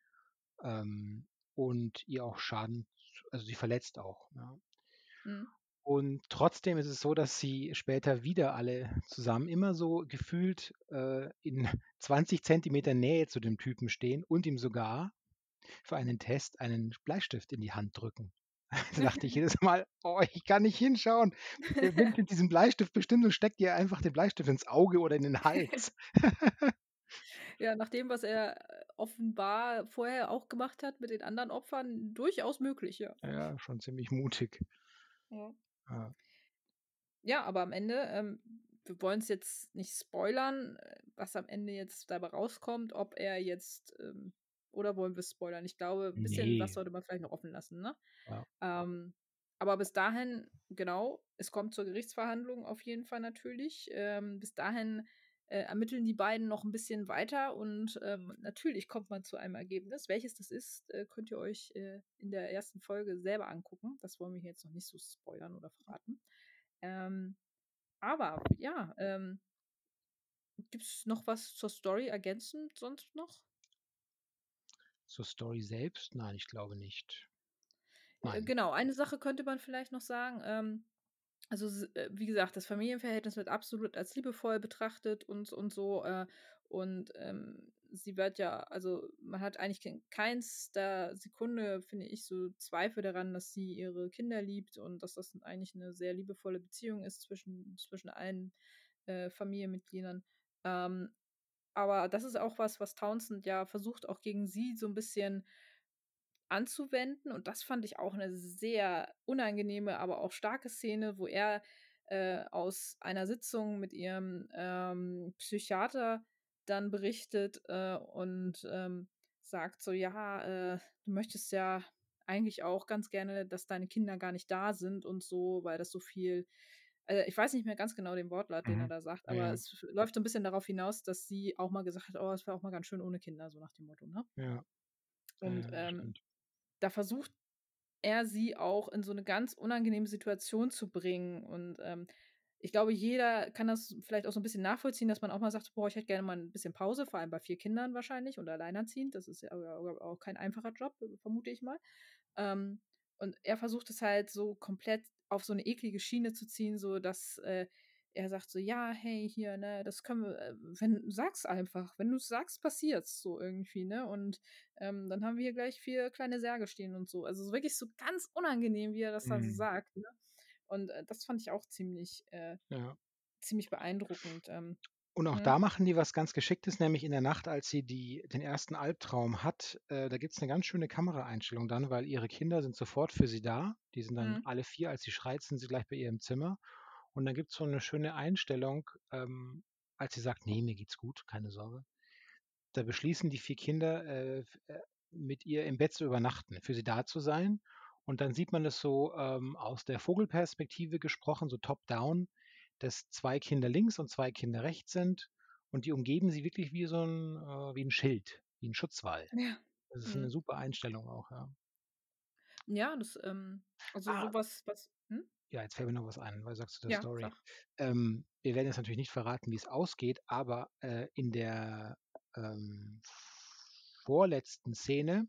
Ähm, und ihr auch Schaden z also sie verletzt auch, ja. Mhm. Und trotzdem ist es so, dass sie später wieder alle zusammen immer so gefühlt, äh, in zwanzig Zentimeter Nähe zu dem Typen stehen und ihm sogar für einen Test einen Bleistift in die Hand drücken. Da dachte ich jedes Mal: „Oh, ich kann nicht hinschauen. Der nimmt diesen Bleistift bestimmt und steckt dir einfach den Bleistift ins Auge oder in den Hals." Ja, nach dem, was er, äh, offenbar vorher auch gemacht hat mit den anderen Opfern, durchaus möglich, ja. Ja, schon ziemlich mutig. Ja. Ja. Ja, aber am Ende, ähm, wir wollen's jetzt nicht spoilern, äh, was am Ende jetzt dabei rauskommt, ob er jetzt, ähm oder wollen wir's spoilern? Ich glaube, 'n bisschen was Ne. sollte man vielleicht noch offen lassen, ne? Ja. Ähm, aber bis dahin, genau, es kommt zur Gerichtsverhandlung auf jeden Fall natürlich. Ähm, bis dahin, äh, ermitteln die beiden noch 'n bisschen weiter und, ähm, natürlich kommt man zu einem Ergebnis. Welches das ist, äh, könnt ihr euch, äh, in der ersten Folge selber angucken. Das wollen wir hier jetzt noch nicht so spoilern oder verraten. Ähm, aber ja, ähm gibt's noch was zur Story ergänzend sonst noch? Zur Story selbst? Nein, ich glaube nicht. Äh, Nein. genau, eine Sache könnte man vielleicht noch sagen, ähm, also s äh, wie gesagt, das Familienverhältnis wird absolut als liebevoll betrachtet und und so, äh, und, ähm, sie wird ja also, man hat eigentlich in keinster Sekunde, finde ich, so Zweifel daran, dass sie ihre Kinder liebt und dass das eigentlich 'ne sehr liebevolle Beziehung ist zwischen zwischen allen, äh, Familienmitgliedern. Ähm, aber das ist auch was, was Townsend ja versucht, auch gegen sie so 'n bisschen anzuwenden und das fand ich auch 'ne sehr unangenehme, aber auch starke Szene, wo er, äh, aus einer Sitzung mit ihrem, ähm, Psychiater dann berichtet, äh, und, ähm, sagt so: „Ja, äh, du möchtest ja eigentlich auch ganz gerne, dass deine Kinder gar nicht da sind und so, weil das so viel“ äh, ich weiß nicht mehr ganz genau den Wortlaut, den er Mhm. da sagt, Ja, aber ja. es f läuft so 'n bisschen darauf hinaus, dass sie auch mal gesagt hat: „Oh, es wäre auch mal ganz schön ohne Kinder“, so nach dem Motto, ne? Ja. Ja, Und, ja, das ähm, stimmt. da versucht er sie auch in so 'ne ganz unangenehme Situation zu bringen und, ähm, ich glaube, jeder kann das vielleicht auch so 'n bisschen nachvollziehen, dass man auch mal sagt: „Boah, ich hätte gerne mal 'n bisschen Pause“, vor allem bei vier Kindern wahrscheinlich und alleinerziehend. Das ist ja auch kein einfacher Job, vermute ich mal. Ähm, und er versucht es halt so komplett auf so 'ne eklige Schiene zu ziehen, sodass, äh, er sagt so: „Ja, hey, hier, ne, das können wir äh, wenn sag's einfach. Wenn du's sagst, passiert's“, so irgendwie, ne? Und, ähm, dann haben wir hier gleich vier kleine Särge stehen und so. Also, so wirklich so ganz unangenehm, wie er das da so Mhm. sagt, ne? Und, äh, das fand ich auch ziemlich äh, Ja. ziemlich beeindruckend, ähm, Und auch mhm. da machen die was ganz Geschicktes, nämlich in der Nacht, als sie die den ersten Albtraum hat, äh, da gibt's 'ne ganz schöne Kameraeinstellung dann, weil ihre Kinder sind sofort für sie da. Die sind dann Mhm. alle vier, als sie schreit, sind sie gleich bei ihr im Zimmer. Und dann gibt's so 'ne schöne Einstellung, ähm, als sie sagt: „Ne, mir geht's gut, keine Sorge." Da beschließen die vier Kinder, äh, f äh, mit ihr im Bett zu übernachten, für sie da zu sein. Und dann sieht man das so, ähm, aus der Vogelperspektive gesprochen, so top down, dass zwei Kinder links und zwei Kinder rechts sind und die umgeben sie wirklich wie so 'n äh, wie 'n Schild, wie 'n Schutzwall. Ja. Das ist 'ne Mhm. super Einstellung auch, ja. Ja, das, ähm also Ah. so was was hm? Ja, jetzt fällt mir noch was ein. Was sagst du zur Ja, Story? sag. Ähm, wir werden jetzt natürlich nicht verraten, wie's ausgeht, aber, äh, in der, ähm, vorletzten Szene,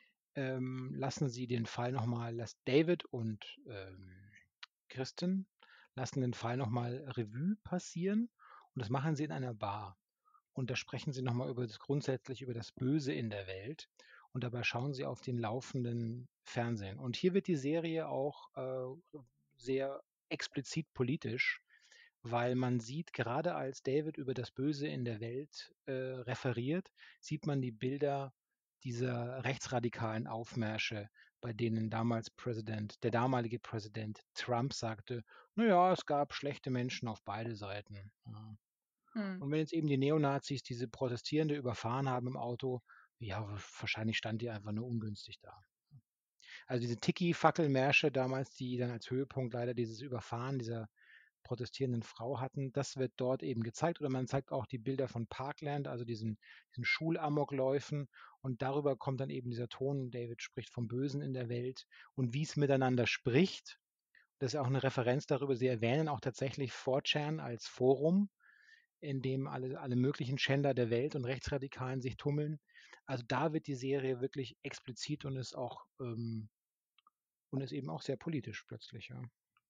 ähm, lassen sie den Fall noch mal lässt David und, ähm, Kristen lassen den Fall noch mal Revue passieren und das machen sie in einer Bar. Und da sprechen sie noch mal über das grundsätzlich über das Böse in der Welt und dabei schauen sie auf den laufenden Fernsehen. Und hier wird die Serie auch, äh, sehr explizit politisch, weil man sieht, grade als David über das Böse in der Welt, äh, referiert, sieht man die Bilder dieser rechtsradikalen Aufmärsche, bei denen damals Präsident der damalige Präsident Trump sagte: „Na ja, es gab schlechte Menschen auf beide Seiten“, ja. Mhm. Und wenn jetzt eben die Neonazis diese Protestierende überfahren haben im Auto, ja, w wahrscheinlich stand die einfach nur ungünstig da. Also, diese Tiki-Fackelmärsche damals, die dann als Höhepunkt leider dieses Überfahren dieser protestierenden Frau hatten, das wird dort eben gezeigt. Oder man zeigt auch die Bilder von Parkland, also diesen diesen Schulamokläufen und darüber kommt dann eben dieser Ton. David spricht vom Bösen in der Welt und wie's miteinander spricht. Das ist ja auch 'ne Referenz darüber. Sie erwähnen auch tatsächlich four chan als Forum, in dem alle alle möglichen Schänder der Welt und Rechtsradikalen sich tummeln. Also, da wird die Serie wirklich explizit und ist auch, ähm und ist eben auch sehr politisch plötzlich, ja.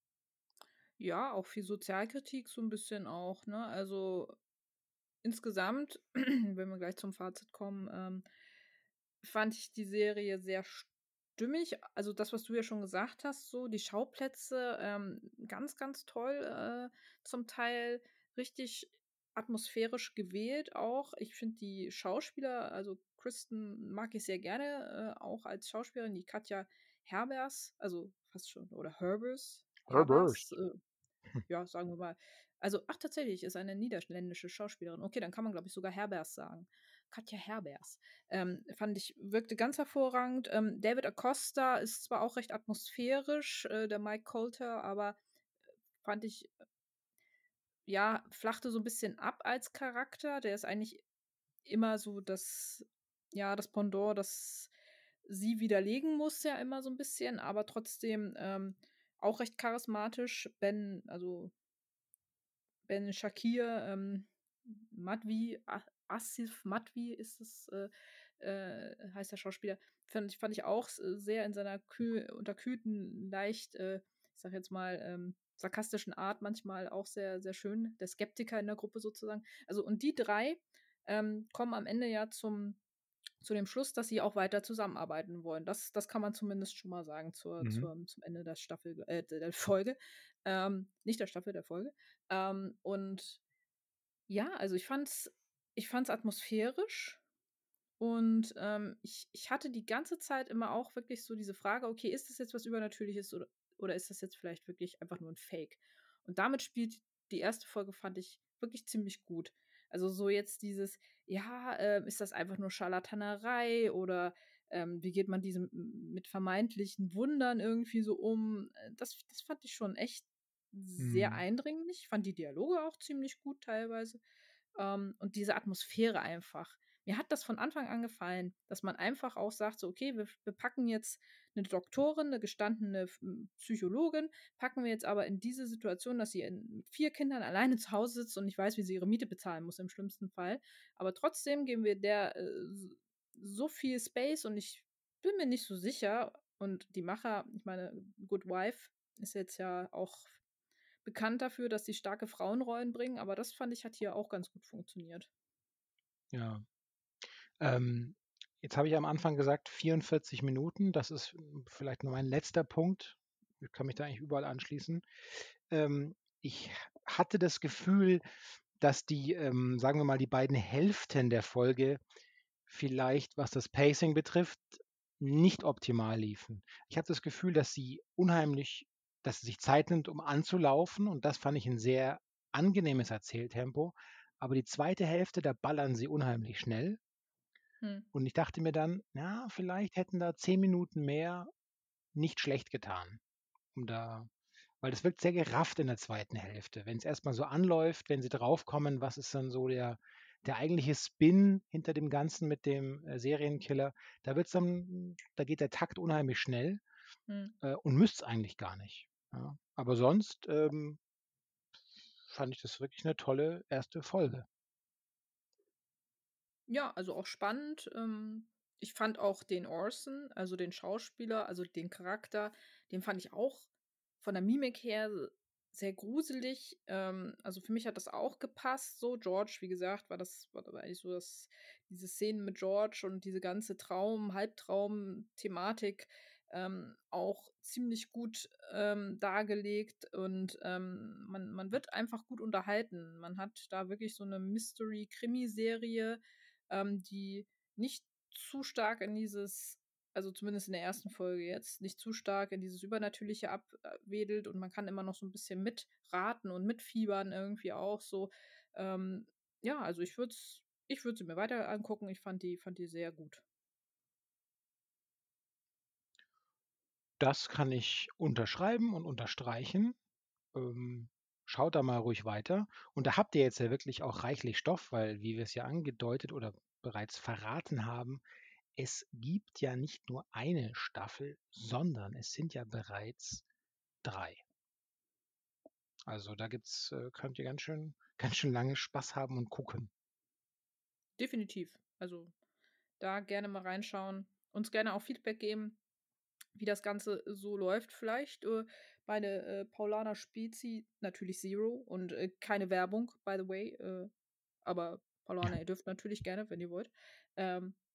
Ja, auch viel Sozialkritik so 'n bisschen auch, ne? Also, insgesamt, wenn wir gleich zum Fazit kommen, ähm, fand ich die Serie sehr stimmig. Also das, was du ja schon gesagt hast, so die Schauplätze, ähm, ganz, ganz toll, äh, zum Teil richtig atmosphärisch gewählt auch. Ich finde die Schauspieler, also Kristen mag ich sehr gerne, äh, auch als Schauspielerin, die Katja Herbers, also fast schon, oder Herbers, Herbers. Herbers, äh, ja, sagen wir mal. Also, ach, tatsächlich, ist eine niederländische Schauspielerin. Okay, dann kann man, glaube ich, sogar Herbers sagen. Katja Herbers. Ähm, fand ich, wirkte ganz hervorragend. Ähm, David Acosta ist zwar auch recht atmosphärisch, äh, der Mike Colter, aber fand ich, ja, flachte so ein bisschen ab als Charakter. Der ist eigentlich immer so das, ja, das Pendant, das sie widerlegen muss, ja immer so ein bisschen, aber trotzdem ähm, auch recht charismatisch. Ben, also Ben Shakir, ähm, Madvi, A- Asif Madvi ist es, äh, äh, heißt der Schauspieler, fand ich, fand ich auch s- sehr in seiner kühl, unterkühlten, leicht, äh, ich sag jetzt mal, ähm, sarkastischen Art manchmal auch sehr, sehr schön. Der Skeptiker in der Gruppe sozusagen. Also, und die drei ähm, kommen am Ende ja zum, zu dem Schluss, dass sie auch weiter zusammenarbeiten wollen. Das, das kann man zumindest schon mal sagen zur, Mhm. zur, zum Ende der Staffel, äh, der Folge. Ähm, nicht der Staffel, der Folge. Ähm, und ja, also ich fand's, ich fand's atmosphärisch und ähm, ich, ich hatte die ganze Zeit immer auch wirklich so diese Frage, okay, ist das jetzt was Übernatürliches oder, oder ist das jetzt vielleicht wirklich einfach nur ein Fake? Und damit spielt die erste Folge, fand ich, wirklich ziemlich gut. Also so jetzt dieses, ja, äh, ist das einfach nur Scharlatanerei oder ähm, wie geht man diese mit vermeintlichen Wundern irgendwie so um? Äh, Das, das fand ich schon echt sehr Mhm. eindringlich. Ich fand die Dialoge auch ziemlich gut teilweise. Ähm, und diese Atmosphäre einfach. Mir hat das von Anfang an gefallen, dass man einfach auch sagt, so, okay, wir, wir packen jetzt eine Doktorin, eine gestandene F- m, Psychologin, packen wir jetzt aber in diese Situation, dass sie in, mit vier Kindern alleine zu Hause sitzt und nicht weiß, wie sie ihre Miete bezahlen muss im schlimmsten Fall. Aber trotzdem geben wir der äh, s- so viel Space und ich bin mir nicht so sicher. Und die Macher, ich meine, Good Wife ist jetzt ja auch bekannt dafür, dass sie starke Frauenrollen bringen, aber das fand ich, hat hier auch ganz gut funktioniert. Ja. Ähm, Jetzt habe ich am Anfang gesagt, vierundvierzig Minuten. Das ist mm, vielleicht nur mein letzter Punkt. Ich kann mich da eigentlich überall anschließen. Ähm, ich hatte das Gefühl, dass die, ähm, sagen wir mal, die beiden Hälften der Folge vielleicht, was das Pacing betrifft, nicht optimal liefen. Ich habe das Gefühl, dass sie unheimlich, dass sie sich Zeit nimmt, um anzulaufen, und das fand ich ein sehr angenehmes Erzähltempo. Aber die zweite Hälfte, da ballern sie unheimlich schnell. Hm. Und ich dachte mir dann, na, vielleicht hätten da zehn Minuten mehr nicht schlecht getan, um da, weil das wirkt sehr gerafft in der zweiten Hälfte. Wenn es erstmal so anläuft, wenn sie draufkommen, was ist dann so der, der eigentliche Spin hinter dem Ganzen mit dem äh, Serienkiller, da wird's dann, da geht der Takt unheimlich schnell Hm. äh, und müsste es eigentlich gar nicht. Ja. Aber sonst ähm, fand ich das wirklich eine tolle erste Folge. Ja, also auch spannend. Ähm, ich fand auch den Orson, also den Schauspieler, also den Charakter, den fand ich auch von der Mimik her sehr gruselig. Ähm, also für mich hat das auch gepasst. So, George, wie gesagt, war das, war aber eigentlich so, dass diese Szenen mit George und diese ganze Traum, Halbtraum-Thematik ähm, auch ziemlich gut ähm, dargelegt und ähm, man, man wird einfach gut unterhalten. Man hat da wirklich so eine Mystery-Krimiserie, ähm, die nicht zu stark in dieses, also zumindest in der ersten Folge jetzt, nicht zu stark in dieses Übernatürliche abwedelt und man kann immer noch so ein bisschen mitraten und mitfiebern irgendwie auch so. Ähm, ja, also ich würde es ich würd sie mir weiter angucken. Ich fand die, fand die sehr gut. Das kann ich unterschreiben und unterstreichen. Ähm, Schaut da mal ruhig weiter. Und da habt ihr jetzt ja wirklich auch reichlich Stoff, weil, wie wir es ja angedeutet oder bereits verraten haben, es gibt ja nicht nur eine Staffel, sondern es sind ja bereits drei. Also da gibt's, äh, könnt ihr ganz schön, ganz schön lange Spaß haben und gucken. Definitiv. Also da gerne mal reinschauen. Uns gerne auch Feedback geben, wie das Ganze so läuft vielleicht. Äh, meine äh, Paulaner Spezi, natürlich Zero und äh, keine Werbung, by the way. Äh, aber Paulaner, ihr dürft natürlich gerne, wenn ihr wollt. Ähm,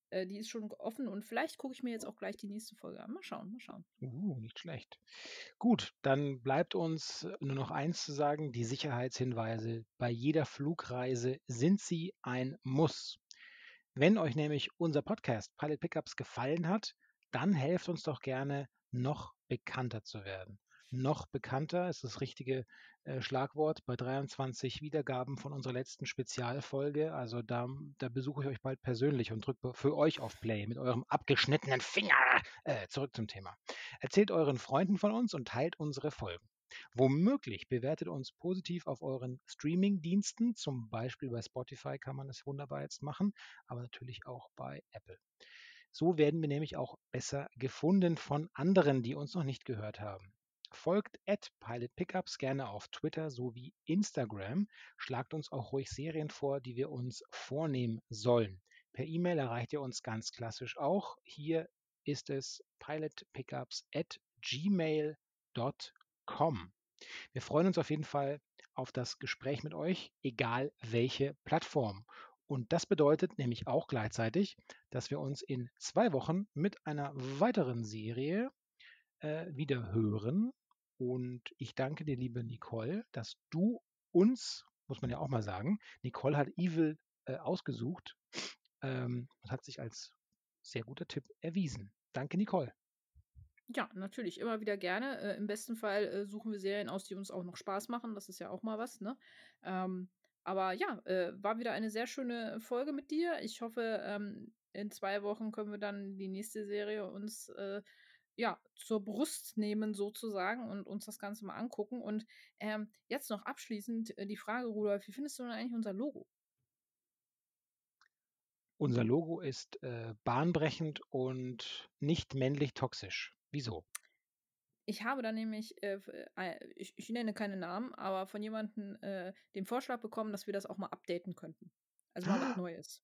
äh, die ist schon offen und vielleicht gucke ich mir jetzt auch gleich die nächste Folge an. Mal schauen, mal schauen. Uh, nicht schlecht. Gut, dann bleibt uns nur noch eins zu sagen: Die Sicherheitshinweise bei jeder Flugreise sind sie ein Muss. Wenn euch nämlich unser Podcast Pilot Pickups gefallen hat, dann helft uns doch gerne, noch bekannter zu werden. Noch bekannter ist das richtige äh, Schlagwort bei dreiundzwanzig Wiedergaben von unserer letzten Spezialfolge. Also da, da besuche ich euch bald persönlich und drücke für euch auf Play mit eurem abgeschnittenen Finger. Äh, zurück zum Thema. Erzählt euren Freunden von uns und teilt unsere Folgen. Womöglich bewertet uns positiv auf euren Streaming-Diensten, zum Beispiel bei Spotify kann man das wunderbar jetzt machen, aber natürlich auch bei Apple. So werden wir nämlich auch besser gefunden von anderen, die uns noch nicht gehört haben. Folgt at Pilot Pickups gerne auf Twitter sowie Instagram. Schlagt uns auch ruhig Serien vor, die wir uns vornehmen sollen. Per E-Mail erreicht ihr uns ganz klassisch auch. Hier ist es pilotpickups at gmail dot com. Wir freuen uns auf jeden Fall auf das Gespräch mit euch, egal welche Plattform. Und das bedeutet nämlich auch gleichzeitig, dass wir uns in zwei Wochen mit einer weiteren Serie äh, wieder hören. Und ich danke dir, liebe Nicole, dass du uns, muss man ja auch mal sagen, Nicole hat Evil äh, ausgesucht ähm, und hat sich als sehr guter Tipp erwiesen. Danke, Nicole. Ja, natürlich, immer wieder gerne. Äh, im besten Fall äh, suchen wir Serien aus, die uns auch noch Spaß machen. Das ist ja auch mal was, ne? Ähm, aber ja, äh, war wieder eine sehr schöne Folge mit dir. Ich hoffe, ähm, in zwei Wochen können wir dann die nächste Serie uns äh, ja, zur Brust nehmen sozusagen und uns das Ganze mal angucken. Und ähm, jetzt noch abschließend äh, die Frage, Rudolf, wie findest du denn eigentlich unser Logo? Unser Logo ist äh, bahnbrechend und nicht männlich toxisch. Wieso? Ich habe da nämlich, äh, f- äh, ich, ich nenne keine Namen, aber von jemandem äh, den Vorschlag bekommen, dass wir das auch mal updaten könnten. Also mal was Neues.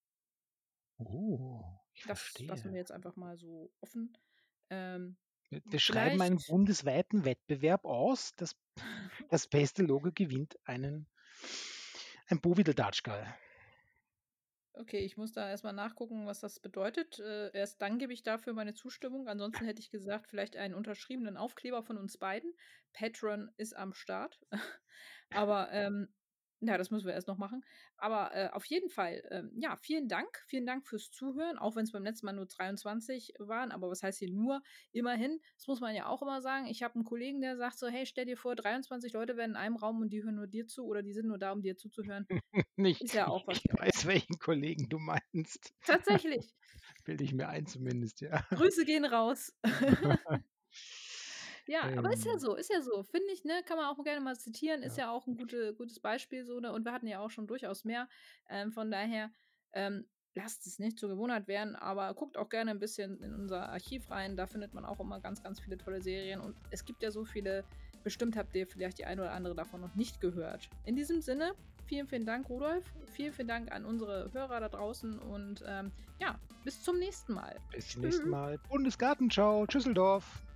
Oh, ich Das lassen wir verstehe. jetzt einfach mal so offen. Ähm, Wir, wir schreiben einen vielleicht, bundesweiten Wettbewerb aus. Das, das beste Logo gewinnt einen ein Bovidel-Datschgal. okay, ich muss da erstmal nachgucken, was das bedeutet. Äh, erst dann gebe ich dafür meine Zustimmung. Ansonsten hätte ich gesagt, vielleicht einen unterschriebenen Aufkleber von uns beiden. Patreon ist am Start. Aber ähm, ja, das müssen wir erst noch machen. Aber äh, auf jeden Fall, ähm, ja, vielen Dank. Vielen Dank fürs Zuhören, auch wenn es beim letzten Mal nur dreiundzwanzig waren. Aber was heißt hier nur? Immerhin, das muss man ja auch immer sagen. Ich habe einen Kollegen, der sagt so, hey, stell dir vor, dreiundzwanzig Leute werden in einem Raum und die hören nur dir zu oder die sind nur da, um dir zuzuhören. Nicht, Ist ja ich, auch was ich Geiles. weiß, welchen Kollegen du meinst. Tatsächlich. Bilde ich mir ein zumindest, ja. Grüße gehen raus. Ja, aber ist ja ähm, so, ist ja so. Finde ich, ne, kann man auch gerne mal zitieren, ist ja. ja auch ein gute, gutes Beispiel so, ne? Und wir hatten ja auch schon durchaus mehr. Ähm, von daher, ähm, lasst es nicht zur Gewohnheit werden, aber guckt auch gerne ein bisschen in unser Archiv rein. Da findet man auch immer ganz, ganz viele tolle Serien. Und es gibt ja so viele, bestimmt habt ihr vielleicht die eine oder andere davon noch nicht gehört. In diesem Sinne, vielen, vielen Dank, Rudolf. Vielen, vielen Dank an unsere Hörer da draußen und ähm, ja, bis zum nächsten Mal. Bis zum nächsten Mal. Bundesgartenschau, Tschüsseldorf.